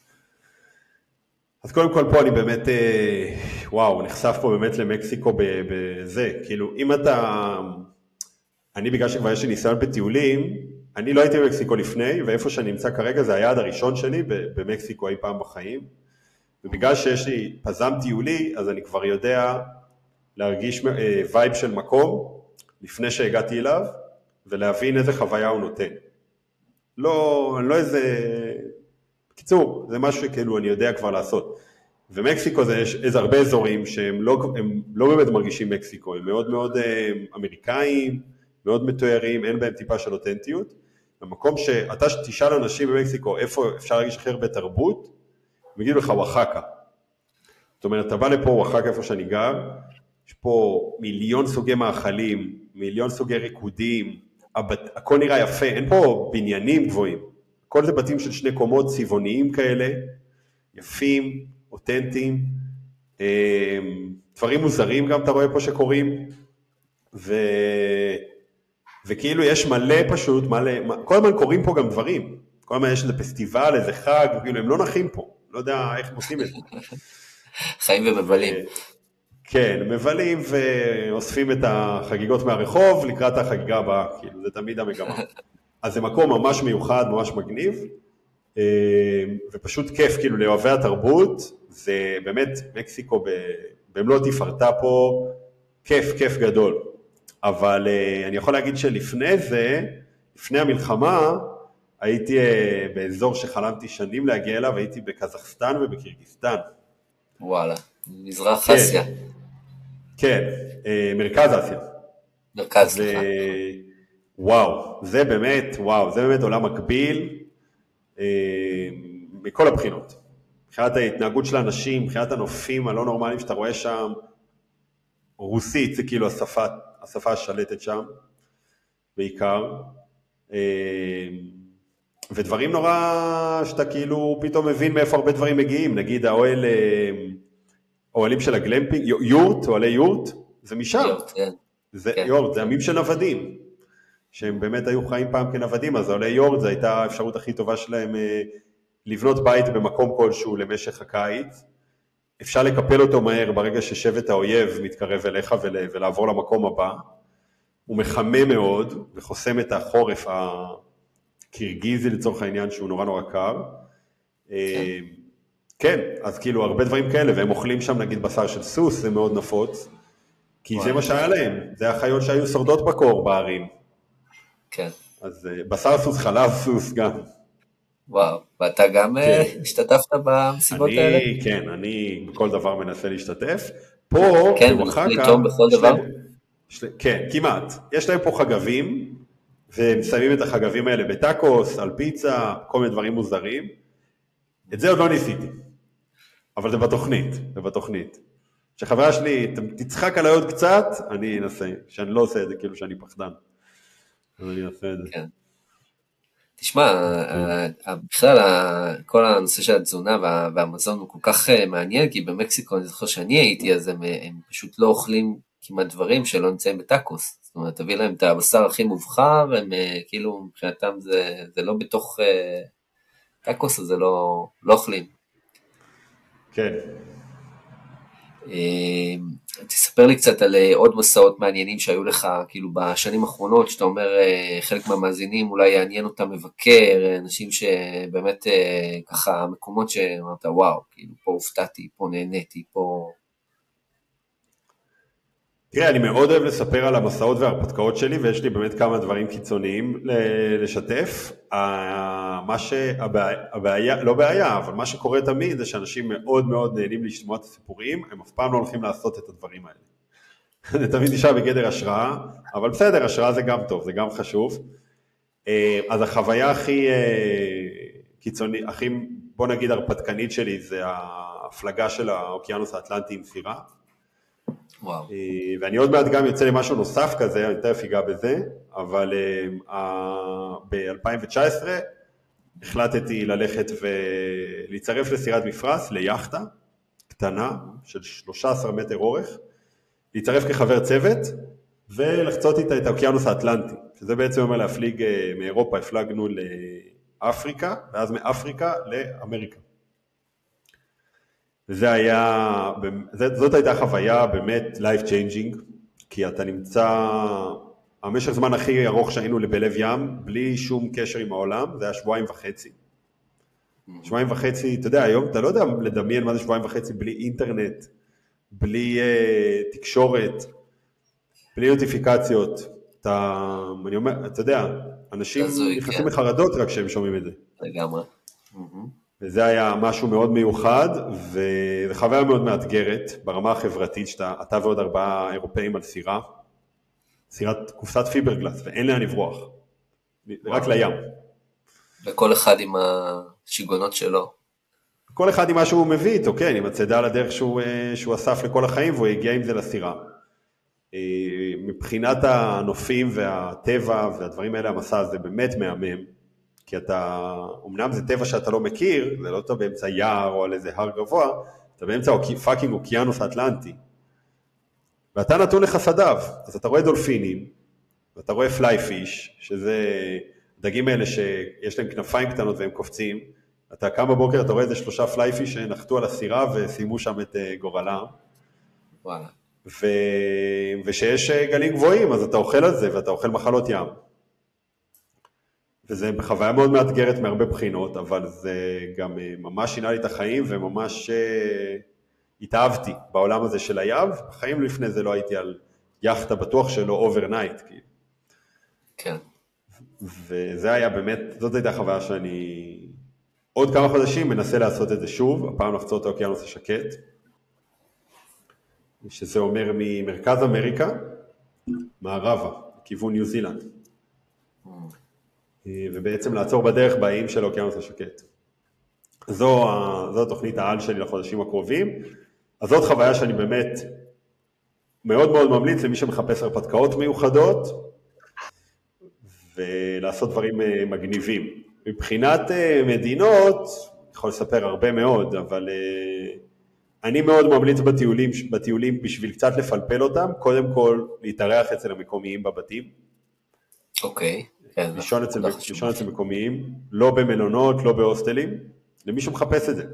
אז קודם כל פה אני באמת, וואו, נחשף פה באמת למקסיקו בזה, כאילו אם אתה, אני בגלל שכבר יש לי ניסיון בטיולים, אני לא הייתי במקסיקו לפני, ואיפה שאני נמצא כרגע זה היעד הראשון שלי במקסיקו אי פעם בחיים, ובגלל שיש לי פזם טיולי, אז אני כבר יודע להרגיש וייב של מקום, לפני שהגעתי אליו, ולהבין איזה חוויה הוא נותן. לא איזה, קיצור, זה משהו שכאילו אני יודע כבר לעשות. ומקסיקו זה יש איזה הרבה אזורים שהם לא באמת מרגישים מקסיקו, הם מאוד מאוד אמריקאים, מאוד מתוארים, אין בהם טיפה של אותנטיות. במקום שאתה תשאל אנשים במקסיקו איפה אפשר להרגיש הכי הרבה תרבות, הם יגידו לך וואחקה. זאת אומרת, אתה בא לפה וואחקה איפה שאני גר, יש פה מיליון סוגי מאכלים, מיליון סוגי ריקודים, הכל נראה יפה, אין פה בניינים גבוהים. כל זה בתים של 2 קומות צבעוניים כאלה, יפים, אותנטיים, דברים מוזרים גם אתה רואה פה שקורים, וכאילו יש מלא פשוט, כל הזמן קורים פה גם דברים, כל הזמן יש איזה פסטיבל, איזה חג, כאילו הם לא נחים פה, לא יודע איך הם עושים את זה. חיים ומבלים. כן, מבלים ואוספים את החגיגות מהרחוב לקראת החגיגה הבאה, כאילו זה תמיד המגמה. אז זה מקום ממש מיוחד, ממש מגניב, ופשוט כיף, כאילו לאוהבי התרבות, זה באמת מקסיקו במלוא תפארתה פה, כיף גדול. אבל אני יכול להגיד שלפני זה, לפני המלחמה, הייתי באזור שחלמתי שנים להגיע אליו, הייתי בקזחסטן ובקירגיסטן. וואלה, מזרח אסיה. כן, מרכז אסיה. מרכז, סליחה. וואו, זה באמת עולם מקביל מכל הבחינות. מבחינת ההתנהגות של האנשים, מבחינת הנופים הלא נורמליים שאתה רואה שם, רוסית זה כאילו השפה השלטת שם, בעיקר. ודברים נורא שאתה כאילו פתאום מבין מאיפה הרבה דברים מגיעים, נגיד האוהלים של הגלמפינג, אוהלי יורט, זה משם. זה יורט, זה עמים של נוודים. שהם באמת היו חיים פעם כנוודים, אז עולי יורד זו הייתה האפשרות הכי טובה שלהם לבנות בית במקום כלשהו למשך הקיץ. אפשר לקפל אותו מהר ברגע ששבט האויב מתקרב אליך ולעבור למקום הבא. הוא מחמם מאוד וחוסם את החורף הקירגיזי לצורך העניין שהוא נורא קר. כן, אז כאילו הרבה דברים כאלה, והם אוכלים שם נגיד בשר של סוס, זה מאוד נפוץ, כי זה מה שהיה להם, זה החיות שהיו שורדות בקור בערים. כן. אז בשר סוס, חלב סוס גם. וואו, ואתה גם השתתפת במסיבות האלה? כן, אני בכל דבר מנסה להשתתף. פה, כן, מנסה לטעום בכל דבר? כן, כמעט. יש להם פה חגבים, והם שמים את החגבים האלה בטאקוס, על פיצה, כל מיני דברים מוזרים. את זה עוד לא ניסיתי, אבל זה בתוכנית. כשחברה שלי תצחק עליי עוד קצת, אני אנסה, שאני לא עושה את זה כאילו שאני פחדן. אז אני אנסה את זה. כן. תשמע, בכלל כל הנושא של התזונה והמזון הוא כל כך מעניין, כי במקסיקו אני זוכר שאני הייתי, אז הם פשוט לא אוכלים כמעט דברים שלא נמצאים בטאקוס. זאת אומרת, תביא להם את הבשר הכי מובחר, והם כאילו מבחינתם זה לא בתוך טאקוס, אז זה לא אוכלים. כן. תספר לי קצת על עוד מסעות מעניינים שהיו לך כאילו בשנים האחרונות, שאתה אומר חלק מהמאזינים אולי יעניין אותם מבקר, אנשים שבאמת ככה מקומות שאמרת וואו, כאילו פה הופתעתי, פה נהניתי, פה... תראה, אני מאוד אוהב לספר על המסעות וההרפתקאות שלי, ויש לי באמת כמה דברים קיצוניים לשתף. לא בעיה, אבל מה שקורה תמיד זה שאנשים מאוד מאוד נהנים לשמוע את הסיפורים, הם אף פעם לא הולכים לעשות את הדברים האלה. זה תמיד נשאר בגדר השראה, אבל בסדר, השראה זה גם טוב, זה גם חשוב. אז החוויה הכי קיצונית, הכי בוא נגיד הרפתקנית שלי, זה ההפלגה של האוקיינוס האטלנטי עם סירה. וואו. ואני עוד מעט גם יוצא למשהו נוסף כזה, אני תכף אגע בזה, אבל ב-2019 החלטתי ללכת ולהצטרף לסירת מפרש, ליאכטה קטנה של 13 מטר אורך, להצטרף כחבר צוות, ולחצות איתה את האוקיינוס האטלנטי, שזה בעצם אומר להפליג מאירופה, הפלגנו לאפריקה, ואז מאפריקה לאמריקה. זאת הייתה חוויה באמת life changing, כי אתה נמצא, המשך זמן הכי ארוך שהיינו בלב ים, בלי שום קשר עם העולם, זה היה 2.5 שבועים. 2.5, אתה יודע, היום אתה לא יודע לדמיין מה זה 2.5 בלי אינטרנט, בלי תקשורת, בלי נוטיפיקציות. אני אומר, אתה יודע, אנשים נכנסים לחרדות רק כשהם שומעים את זה. לגמרי. וזה היה משהו מאוד מיוחד, וזו חוויה מאוד מאתגרת ברמה החברתית, שאתה ועוד 4 אירופאים על סירת קופסת פיברגלס, ואין לאן לברוח, רק לים. וכל אחד עם השיגונות שלו. כל אחד עם מה שהוא מביא איתו, כן, עם הצדה על הדרך שהוא אסף לכל החיים, והוא הגיע עם זה לסירה. מבחינת הנופים והטבע והדברים האלה, המסע הזה באמת מהמם, כי אמנם זה טבע שאתה לא מכיר, זה לא אתה באמצע יער או על איזה הר גבוה, אתה באמצע פאקינג אוקיינוס האטלנטי, ואתה נתון לחסדיו, אז אתה רואה דולפינים, ואתה רואה פליי פיש, שזה דגים האלה שיש להם כנפיים קטנות והם קופצים, אתה קם בבוקר, אתה רואה איזה 3 פליי פיש שנחתו על הסירה וסיימו שם את גורלם, וואלה. ושיש גלים גבוהים, אז אתה אוכל על זה, ואתה אוכל מחלות ים. וזה בחוויה מאוד מאתגרת מהרבה בחינות, אבל זה גם ממש שינה לי את החיים, וממש התאהבתי בעולם הזה של הים. בחיים לפני זה לא הייתי על יחטה בטוח שלא אוברנייט. כן. וזה היה באמת, זאת הייתה חוויה שאני עוד כמה חודשים מנסה לעשות את זה שוב, הפעם לחצות את האוקיינוס השקט, שזה אומר ממרכז אמריקה, מערבה, לכיוון ניו זילנד. ובעצם לעצור בדרך באיים של האוקיינוס השקט. זו התוכנית העל שלי לחודשים הקרובים, אז זאת חוויה שאני באמת מאוד מאוד ממליץ למי שמחפש הרפתקאות מיוחדות, ולעשות דברים מגניבים. מבחינת מדינות, יכול לספר הרבה מאוד, אבל אני מאוד ממליץ בטיולים בשביל קצת לפלפל אותם, קודם כל להתארח אצל המקומיים בבתים. אוקיי. לישון אצל מקומיים, לא במלונות, לא בהוסטלים, למי שמחפש את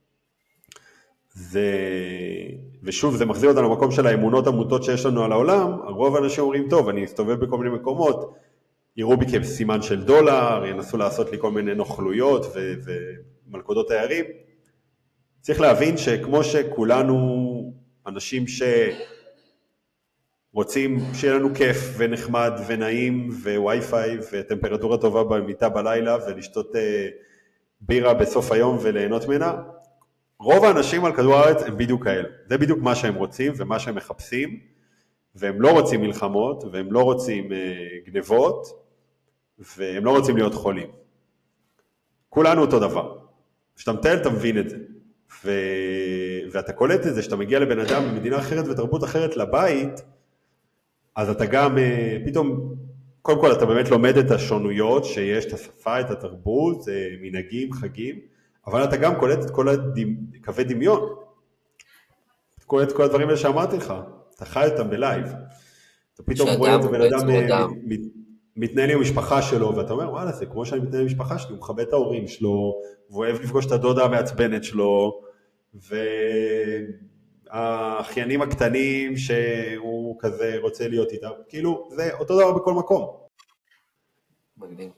זה. ושוב, זה מחזיר אותנו למקום של האמונות המוטות שיש לנו על העולם, הרוב האנשים אומרים, טוב, אני אסתובב בכל מיני מקומות, יראו בי כסימן של דולר, ינסו לעשות לי כל מיני נוכלויות ומלכודות תיירים. צריך להבין שכמו שכולנו אנשים רוצים שיהיה לנו כיף ונחמד ונעים ווי-פיי וטמפרטורה טובה במיטה בלילה ולשתות בירה בסוף היום וליהנות ממנה, רוב האנשים על כדור הארץ הם בדיוק כאלה. זה בדיוק מה שהם רוצים ומה שהם מחפשים, והם לא רוצים מלחמות, והם לא רוצים גנבות, והם לא רוצים להיות חולים. כולנו אותו דבר. כשאתה מטייל אתה מבין את זה. ואתה קולט את זה, שאתה מגיע לבן אדם במדינה אחרת ותרבות אחרת לבית, אז אתה גם פתאום, קודם כל אתה באמת לומד את השונויות שיש, את השפה, את התרבות, מנהגים, חגים, אבל אתה גם קולט את כל קווי דמיון. אתה קולט את כל הדברים האלה שאמרתי לך, אתה חי אותם בלייב. אתה פתאום רואה את הבן אדם מתנהל עם המשפחה שלו, ואתה אומר, וואלה, זה כמו שאני מתנהל עם המשפחה שלי, הוא מכבד את ההורים שלו, והוא אוהב לפגוש את הדודה המעצבנת שלו, האחיינים הקטנים שהוא כזה רוצה להיות איתם, כאילו זה אותו דבר בכל מקום. מגניב.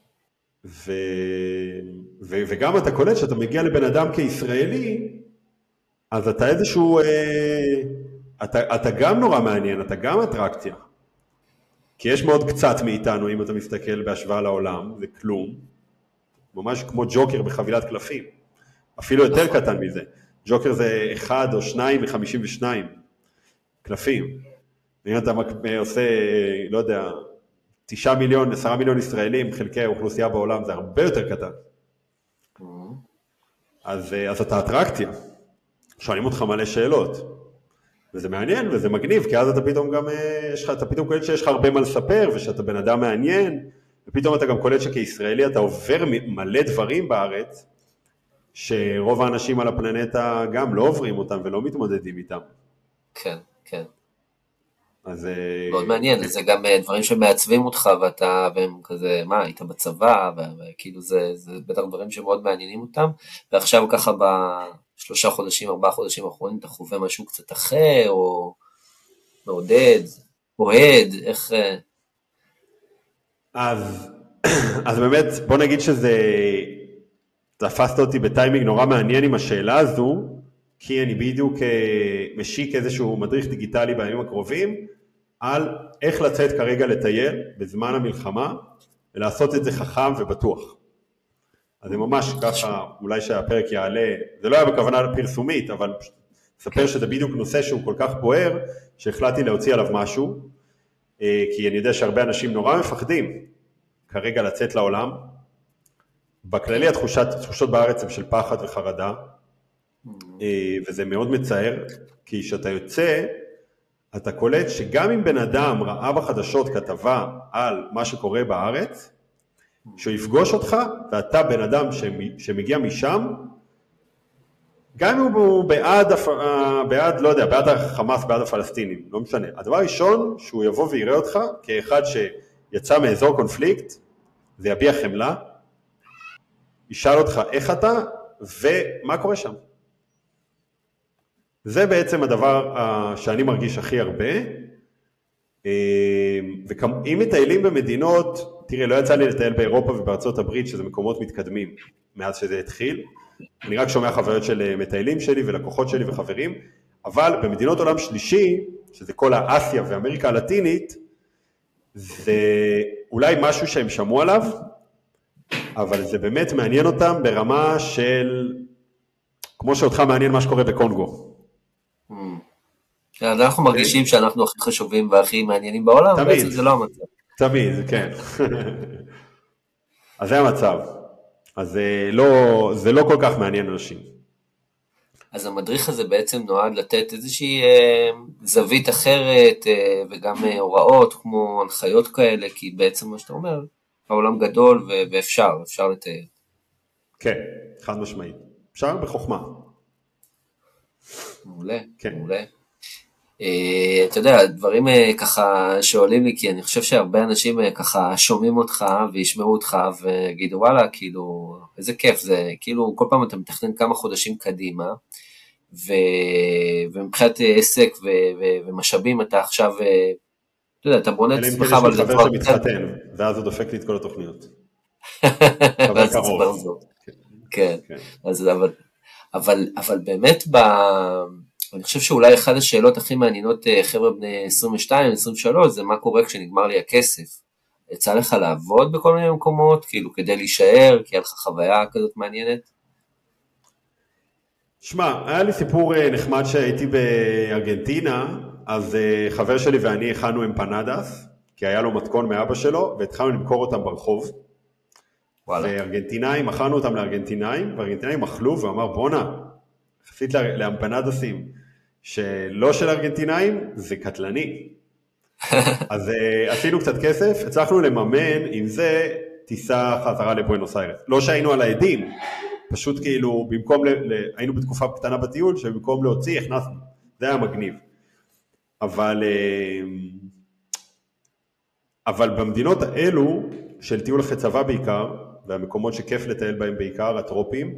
וגם אתה קולט שאתה מגיע לבן אדם כישראלי, אז אתה איזשהו, אתה גם נורא מעניין, אתה גם אטרקציה. כי יש מאוד קצת מאיתנו, אם אתה מסתכל בהשוואה לעולם, זה כלום. ממש כמו ג'וקר בחבילת קלפים. אפילו יותר קטן מזה. ג'וקר זה 1 או 2 מ-52 קלפים. ואם אתה עושה, לא יודע, 9 מיליון, 10 מיליון ישראלים, חלקי האוכלוסייה בעולם, זה הרבה יותר קטן. אז אתה אטרקציה. שואלים אותך מלא שאלות. וזה מעניין וזה מגניב, כי אז אתה פתאום גם, אתה פתאום קולט שיש לך הרבה מה לספר, ושאתה בן אדם מעניין, ופתאום אתה גם קולט שכישראלי אתה עובר מלא דברים בארץ, שרוב האנשים על הפלנטה גם לא עוברים אותם ולא מתמודדים איתם. כן, כן. אז... מאוד מעניין, זה גם דברים שמעצבים אותך, והם כזה, מה, היית בצבא, וכאילו זה בטח דברים שמאוד מעניינים אותם, ועכשיו ככה ב3 חודשים, 4 חודשים האחרונים, אתה חווה משהו קצת אחר, או מעודד, אוהד, איך... אז באמת, בוא נגיד שזה... תפסת אותי בטיימינג נורא מעניין עם השאלה הזו, כי אני בדיוק משיק איזשהו מדריך דיגיטלי בימים הקרובים, על איך לצאת כרגע לטייל בזמן המלחמה, ולעשות את זה חכם ובטוח. אז זה ממש ככה, אולי שהפרק יעלה, זה לא היה בכוונה פרסומית, אבל אספר שזה בדיוק נושא שהוא כל כך בוער, שהחלטתי להוציא עליו משהו, כי אני יודע שהרבה אנשים נורא מפחדים כרגע לצאת לעולם. בכללי התחושות בארץ הם של פחד וחרדה, וזה מאוד מצער, כי כשאתה יוצא, אתה קולט שגם אם בן אדם ראה בחדשות כתבה על מה שקורה בארץ, שהוא יפגוש אותך, ואתה בן אדם שמגיע משם, גם אם הוא בעד, לא יודע, בעד החמאס, בעד הפלסטינים, לא משנה. הדבר הראשון, שהוא יבוא ויראה אותך, כאחד שיצא מאזור קונפליקט, זה יביע חמלה, ישאל אותך איך אתה, ומה קורה שם. זה בעצם הדבר שאני מרגיש הכי הרבה, ואם מטיילים במדינות, תראה, לא יצא לי לטייל באירופה ובארצות הברית, שזה מקומות מתקדמים מאז שזה התחיל, אני רק שומע חוויות של מטיילים שלי ולקוחות שלי וחברים, אבל במדינות עולם שלישי, שזה כל האסיה ואמריקה הלטינית, זה אולי משהו שהם שמעו עליו, אבל זה באמת מעניין אותם ברמה של, כמו שאותך מעניין מה שקורה בקונגו. אנחנו מרגישים שאנחנו הכי חשובים והכי מעניינים בעולם, בעצם זה לא המצב. תמיד, כן. אז זה המצב. אז זה לא כל כך מעניין אנשים. אז המדריך הזה בעצם נועד לתת איזושהי זווית אחרת, וגם הוראות כמו הנחיות כאלה, כי בעצם מה שאתה אומר, העולם גדול ואפשר לתאר. כן, חד משמעית. אפשר בחוכמה. מעולה, כן. מעולה. אתה יודע, דברים ככה שעולים לי, כי אני חושב שהרבה אנשים ככה שומעים אותך וישמעו אותך ויגידו וואלה, כאילו, איזה כיף זה, כאילו כל פעם אתה מתכנן כמה חודשים קדימה, ומבחינת עסק ומשאבים אתה עכשיו, אתה יודע, אתה בונה את עצמך, אבל זה חבר שמתחתן, ואז הוא דופק לי את כל התוכניות. חבר קרוב. כן, אבל באמת אני חושב שאולי אחד השאלות הכי מעניינות חבר'ה בני 22, 23, זה מה קורה כשנגמר לי הכסף. יצא לך לעבוד בכל מיני מקומות, כאילו כדי להישאר, כי היה לך חוויה כזאת מעניינת? שמע, היה לי סיפור נחמד שהייתי בארגנטינה, אז חבר שלי ואני הכנו אמפנדס, כי היה לו מתכון מאבא שלו, והתחלנו למכור אותם ברחוב. וארגנטינאים, מכרנו אותם לארגנטינאים, וארגנטינאים אכלו ואמר בונה, יחסית לאמפנדסים, שלא של ארגנטינאים, זה קטלני. אז עשינו קצת כסף, הצלחנו לממן עם זה טיסה חזרה לבואנוס איירס. לא שהיינו על העדים, פשוט כאילו, במקום, היינו בתקופה קטנה בטיול, שבמקום להוציא, הכנסנו. זה היה מגניב. אבל במדינות האלו, של טיול אחרי צבא בעיקר, והמקומות שכיף לטייל בהם בעיקר, הטרופים,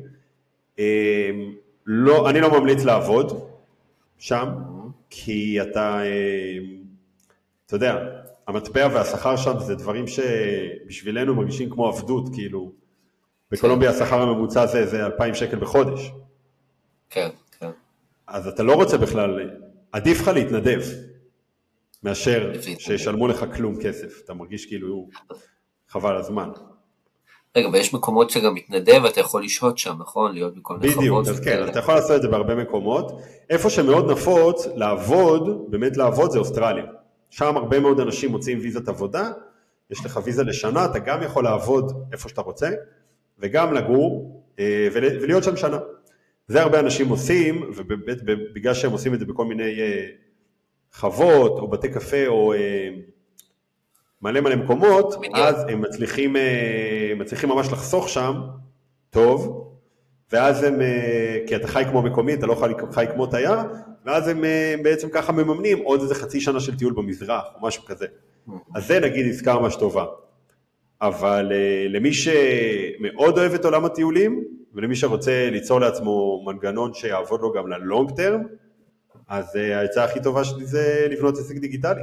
אני לא ממליץ לעבוד שם, כי אתה יודע, המטבע והשכר שם זה דברים שבשבילנו מרגישים כמו עבדות, כאילו, בקולומביה השכר הממוצע זה 2,000 שקל בחודש. כן, כן. אז אתה לא רוצה בכלל, עדיף לך להתנדב, מאשר שישלמו לך כלום כסף, אתה מרגיש כאילו חבל הזמן. רגע, ויש מקומות שגם מתנדב, אתה יכול לשהות שם, נכון? להיות בכל מיני חוות. בדיוק, אז כן, אתה יכול לעשות את זה בהרבה מקומות. איפה שמאוד נפוץ לעבוד, באמת לעבוד זה אוסטרליה. שם הרבה מאוד אנשים מוצאים ויזת עבודה, יש לך ויזה לשנה, אתה גם יכול לעבוד איפה שאתה רוצה, וגם לגור ולהיות שם שנה. זה הרבה אנשים עושים, ובאמת בגלל שהם עושים את זה בכל מיני חוות, או בתי קפה, או מלא מקומות, אז הם מצליחים ממש לחסוך שם, טוב, ואז הם, כי אתה חי כמו מקומי, אתה לא חי כמו תייר, ואז הם בעצם ככה מממנים עוד איזה חצי שנה של טיול במזרח, או משהו כזה. אז זה נגיד עסקה ממש טובה. אבל למי שמאוד אוהב את עולם הטיולים, ולמי שרוצה ליצור לעצמו מנגנון שיעבוד לו גם ללונג טרם, אז ההצעה הכי טובה שלי זה לבנות עסק דיגיטלי.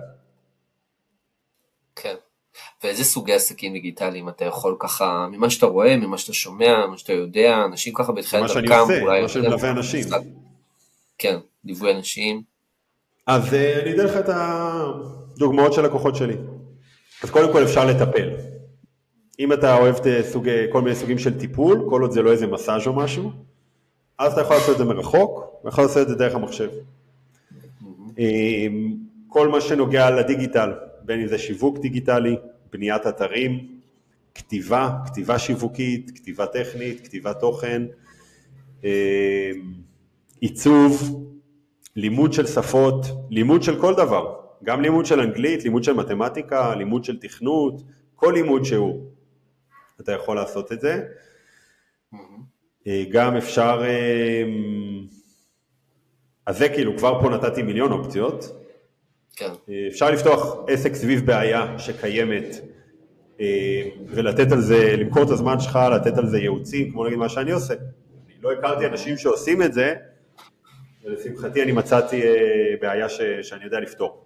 כן. ואיזה סוגי עסקים דיגיטליים אתה יכול ככה, ממה שאתה רואה, ממה שאתה שומע, ממה שאתה יודע, אנשים ככה בתחילת דרכם, מה שאני עושה, מה שאני מלווה אנשים. כן, ליווי אנשים. אז אני אתן לך את הדוגמאות של לקוחות שלי. אז קודם כל אפשר לטפל. אם אתה אוהב כל מיני סוגים של טיפול, כל עוד זה לא איזה מסאז' או משהו, אז אתה יכול לעשות את זה מרחוק, ויכול לעשות את זה דרך המחשב. כל מה שנוגע לדיגיטל, בין אם זה שיווק דיגיטלי, בניית אתרים, כתיבה שיווקית, כתיבה טכנית, כתיבת תוכן, עיצוב, לימוד של שפות, לימוד של כל דבר, גם לימוד של אנגלית, לימוד של מתמטיקה, לימוד של תכנות, כל לימוד שהוא, אתה יכול לעשות את זה. גם אפשר, אז זה כאילו, כבר פה נתתי מיליון אופציות. כן. אפשר לפתוח עסק סביב בעיה שקיימת, ולתת על זה, למכור את הזמן שלך, לתת על זה ייעוצים, כמו נגיד מה שאני עושה. אני לא הכרתי אנשים שעושים את זה, ולשמחתי אני מצאתי בעיה שאני יודע לפתור.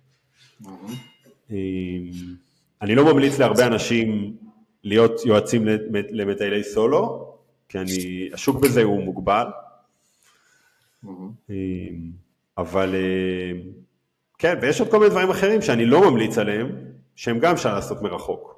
אני לא ממליץ להרבה אנשים להיות יועצים למטיילי סולו, כי השוק בזה הוא מוגבל, אבל כן, ויש עוד כל מיני דברים אחרים שאני לא ממליץ עליהם, שהם גם אפשר לעשות מרחוק.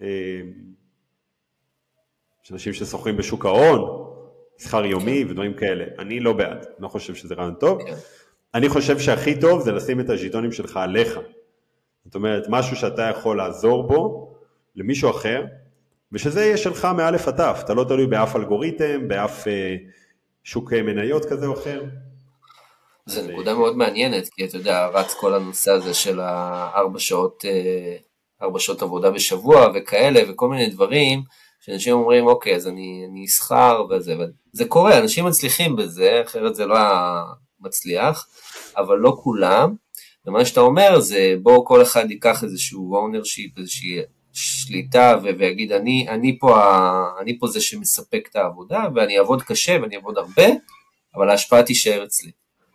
יש אנשים שסוחרים בשוק ההון, שכר יומי ודברים כאלה. אני לא בעד, לא חושב שזה רעיון טוב. אני חושב שהכי טוב זה לשים את הז'יטונים שלך עליך. זאת אומרת, משהו שאתה יכול לעזור בו למישהו אחר, ושזה יהיה שלך מאלף עד תף. אתה לא תלוי באף אלגוריתם, באף שוק מניות כזה או אחר. זה נקודה מאוד מעניינת, כי אתה יודע, רץ כל הנושא הזה של 4 שעות עבודה בשבוע וכאלה, וכל מיני דברים, שאנשים אומרים, אוקיי, אז אני אסחר וזה, זה קורה, אנשים מצליחים בזה, אחרת זה לא מצליח, אבל לא כולם, ומה שאתה אומר זה, בוא כל אחד ייקח איזשהו ownership, איזושהי שליטה, ויגיד, אני פה זה שמספק את העבודה, ואני אעבוד קשה, ואני אעבוד הרבה, אבל ההשפעה תישאר אצלי.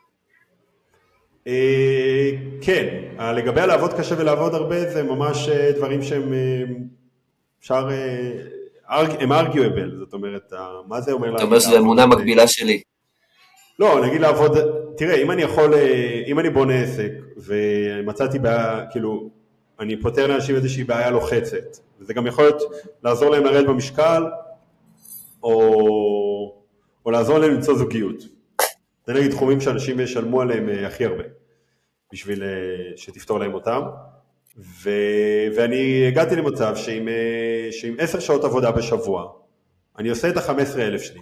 כן, לגבי לעבוד קשה ולעבוד הרבה, זה ממש דברים שהם אפשר, הם arguable, זאת אומרת, מה זה אומר? אתה אומר שזו אמונה מקבילה שלי. לא, נגיד לעבוד, תראה, אם אני בונה עסק, ומצאתי בעיה, כאילו, אני פותר לאנשים איזושהי בעיה לוחצת, וזה גם יכול להיות לעזור להם לרדת במשקל, או לעזור להם למצוא זוגיות. זה נגיד תחומים שאנשים ישלמו עליהם הכי הרבה, בשביל שתפתור להם אותם. ואני הגעתי למצב שעם 10 שעות עבודה בשבוע, אני עושה את ה-15,000 שלי.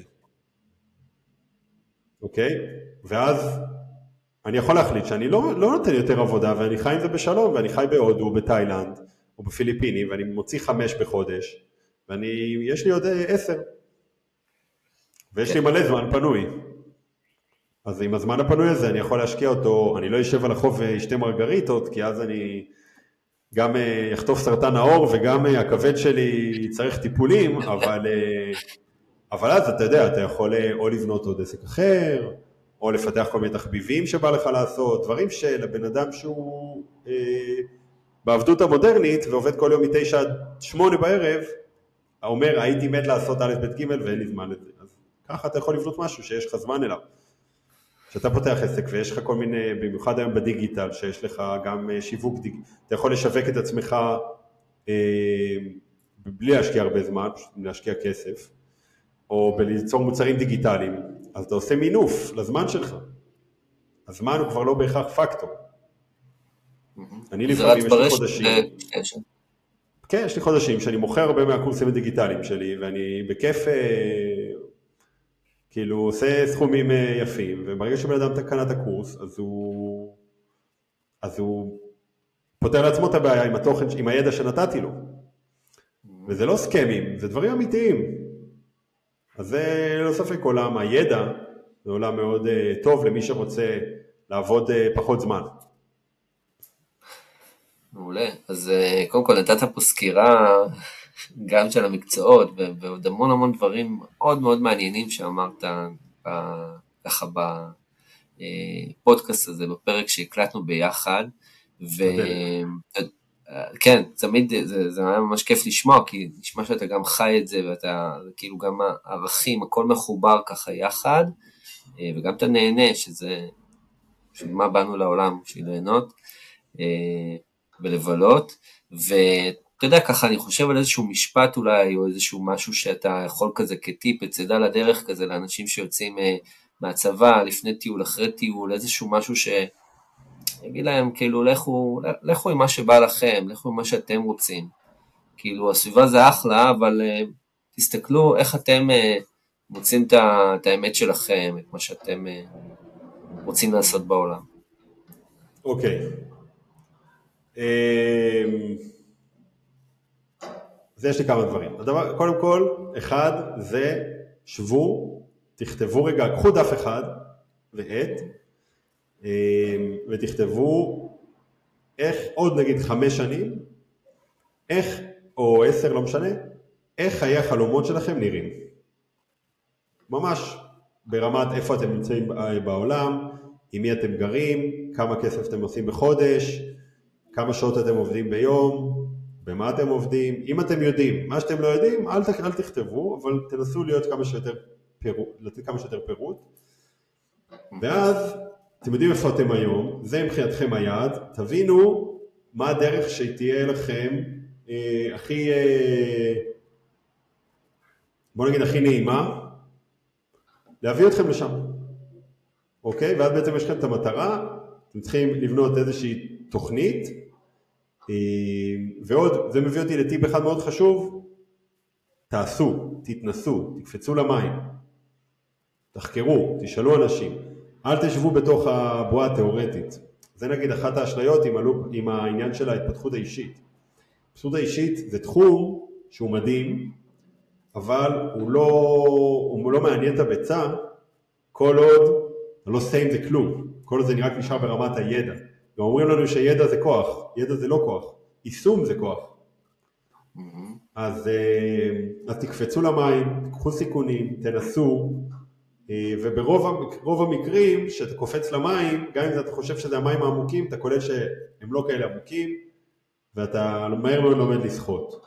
אוקיי? ואז אני יכול להחליט שאני לא נותן יותר עבודה, ואני חי עם זה בשלום, ואני חי בהודו, או בתאילנד, או בפיליפינים, ואני מוציא 5 בחודש, ויש לי עוד 10. ויש לי מלא זמן פנוי. אז עם הזמן הפנוי הזה אני יכול להשקיע אותו, אני לא יושב על החוף וישתה מרגריטות, כי אז אני גם יחטוף סרטן העור, וגם הכבד שלי צריך טיפולים, אבל אז אתה יודע, אתה יכול או לבנות עוד עסק אחר, או לפתח כל מיני תחביבים שבא לך לעשות, דברים שלבן אדם שהוא בעבדות המודרנית, ועובד כל יום מ9 עד 8 בערב, אומר, הייתי מת לעשות א' ב' ג' ואין לי זמן לזה. אז ככה אתה יכול לבנות משהו שיש לך זמן אליו. כשאתה פותח עסק ויש לך כל מיני, במיוחד היום בדיגיטל, שיש לך גם שיווק דיגיטל, אתה יכול לשווק את עצמך בלי להשקיע הרבה זמן, להשקיע כסף, או בליצור מוצרים דיגיטליים, אז אתה עושה מינוף לזמן שלך. הזמן הוא כבר לא בהכרח פקטור. אני לפעמים יש לי חודשים, כן, יש לי חודשים שאני מוכר הרבה מהקורסים הדיגיטליים שלי, ואני בכיף כאילו עושה סכומים יפים, וברגע שבן אדם קנה את הקורס, אז הוא פותר לעצמו את הבעיה עם התוכן, עם הידע שנתתי לו. וזה לא סכמים, זה דברים אמיתיים. אז זה לא ספק עולם הידע, זה עולם מאוד טוב למי שרוצה לעבוד פחות זמן. מעולה. אז קודם כל נתת פה סקירה גם של המקצועות, ועוד המון דברים מאוד מאוד מעניינים שאמרת ככה בפודקאסט הזה, בפרק שהקלטנו ביחד, וכן, תמיד זה היה ממש כיף לשמוע, כי נשמע שאתה גם חי את זה, ואתה כאילו גם הערכים, הכל מחובר ככה יחד, וגם אתה נהנה, שזה, בשביל מה באנו לעולם, בשביל ליהנות, ולבלות, ואתה יודע, ככה אני חושב על איזשהו משפט אולי, או איזשהו משהו שאתה יכול כזה כטיפ, בצדה לדרך כזה, לאנשים שיוצאים מהצבא, לפני טיול, אחרי טיול, איזשהו משהו שיגיד להם, כאילו, לכו עם מה שבא לכם, לכו עם מה שאתם רוצים, כאילו, הסביבה זה אחלה, אבל תסתכלו איך אתם מוצאים את האמת שלכם, את מה שאתם רוצים לעשות בעולם. אוקיי. אז יש לי כמה דברים. קודם כל, אחד זה שבו, תכתבו רגע, קחו דף אחד ועט, ותכתבו איך עוד נגיד 5 שנים, איך, או 10 לא משנה, איך חיי החלומות שלכם נראים. ממש ברמת איפה אתם נמצאים בעולם, עם מי אתם גרים, כמה כסף אתם עושים בחודש, כמה שעות אתם עובדים ביום, במה אתם עובדים. אם אתם יודעים, מה שאתם לא יודעים, אל תכתבו, אבל תנסו להיות לתת כמה שיותר פירוט. ואז אתם יודעים איפה אתם היום, זה מבחינתכם היעד, תבינו מה הדרך שתהיה לכם הכי, בוא נגיד הכי נעימה, להביא אתכם לשם. אוקיי? ואז בעצם יש לכם את המטרה, אתם צריכים לבנות איזושהי תוכנית, ועוד, זה מביא אותי לטיפ אחד מאוד חשוב, תעשו, תתנסו, תקפצו למים, תחקרו, תשאלו אנשים, אל תשבו בתוך הבועה התיאורטית. זה נגיד אחת האשליות עם העניין של ההתפתחות האישית. ההתפתחות האישית זה תחום שהוא מדהים, אבל הוא לא מעניין את הביצה, כל עוד לא עושה עם זה כלום, כל עוד זה רק נשאר ברמת הידע. גם אומרים לנו שידע זה כוח, ידע זה לא כוח, יישום זה כוח. אז תקפצו למים, תקחו סיכונים, תנסו, וברוב המקרים שאתה קופץ למים, גם אם אתה חושב שזה המים העמוקים, אתה קולט שהם לא כאלה עמוקים, ואתה מהר מאוד לומד לשחות.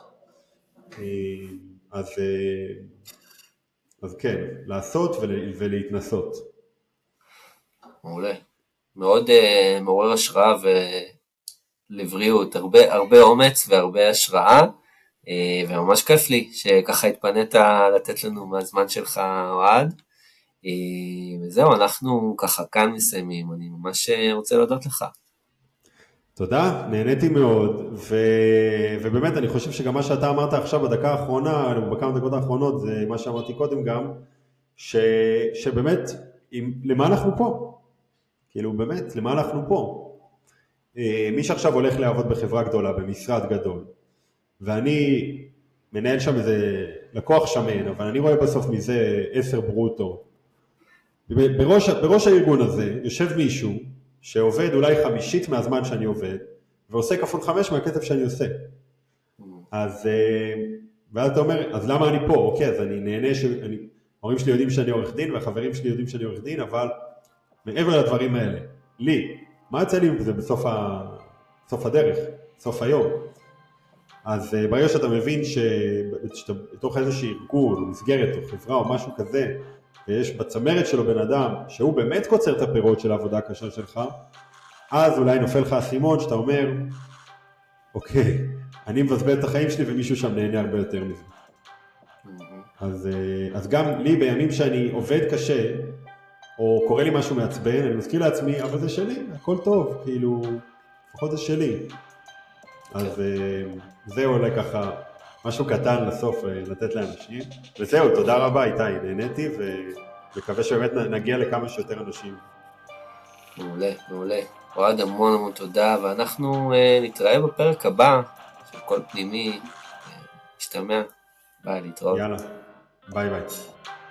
אז כן, לעשות ולהתנסות. מעולה. מאוד מעורר השראה ולבריאות, הרבה אומץ והרבה השראה, וממש כיף לי שככה התפנית לתת לנו מהזמן שלך אוהד, וזהו, אנחנו ככה כאן מסיימים, אני ממש רוצה להודות לך. תודה, נהניתי מאוד, ובאמת אני חושב שגם מה שאתה אמרת עכשיו בדקה האחרונה, בכמה דקות האחרונות, זה מה שאמרתי קודם גם, שבאמת, למה אנחנו פה? כאילו באמת, למה אנחנו פה? מי שעכשיו הולך לעבוד בחברה גדולה, במשרד גדול, ואני מנהל שם איזה לקוח שמן, אבל אני רואה בסוף מזה 10 ברוטו. בראש הארגון הזה יושב מישהו שעובד אולי 50% מהזמן שאני עובד, ועושה כפול 5 מהכסף שאני עושה. אז ואז אתה אומר, אז למה אני פה? אוקיי, אז אני נהנה ההורים שלי יודעים שאני עורך דין, והחברים שלי יודעים שאני עורך דין, אבל מעבר לדברים האלה, לי, מה יצא לי בזה בסוף הדרך, סוף היום? אז ברגע שאתה מבין שאתה בתוך איזושהי ארגון, או מסגרת, או חברה, או משהו כזה, ויש בצמרת שלו בן אדם, שהוא באמת קוצר את הפירות של העבודה הקשה שלך, אז אולי נופל לך הסימון שאתה אומר, אוקיי, אני מבזבז את החיים שלי ומישהו שם נהנה הרבה יותר מזה. אז גם לי בימים שאני עובד קשה, או קורא לי משהו מעצבן, אני מזכיר לעצמי, אבל זה שלי, הכל טוב, כאילו, לפחות זה שלי. אז זהו אולי ככה, משהו קטן לסוף לתת לאנשים. וזהו, תודה רבה איתי, נהניתי, ומקווה שבאמת נגיע לכמה שיותר אנשים. מעולה, מעולה. אוהד, המון תודה, ואנחנו נתראה בפרק הבא, של כל פנימי, נשתמע. ביי, להתראות. יאללה, ביי ביי.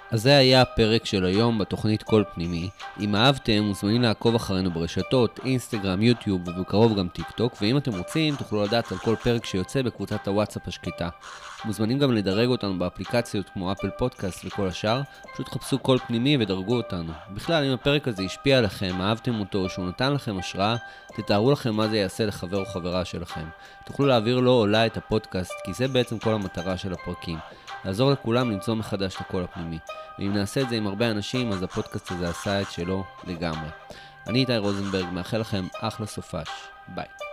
אז זה היה הפרק של היום בתוכנית קול פנימי. אם אהבתם, מוזמנים לעקוב אחרינו ברשתות, אינסטגרם, יוטיוב ובקרוב גם טיק טוק, ואם אתם רוצים, תוכלו לדעת על כל פרק שיוצא בקבוצת הוואטסאפ השקטה. מוזמנים גם לדרג אותנו באפליקציות כמו אפל פודקאסט וכל השאר, פשוט חפשו קול פנימי ודרגו אותנו. בכלל, אם הפרק הזה השפיע עליכם, אהבתם אותו, שהוא נתן לכם השראה, תתארו לכם מה זה יעשה לחבר או חברה שלכם. תוכלו להעביר לו או לה את הפודקאסט, כי זה בעצם כל המטרה של הפרקים. לעזור לכולם למצוא מחדש את הקול הפנימי. ואם נעשה את זה עם הרבה אנשים, אז הפודקאסט הזה עשה את שלו לגמרי. אני איתי רוזנברג, מאחל לכם אחלה סופש. ביי.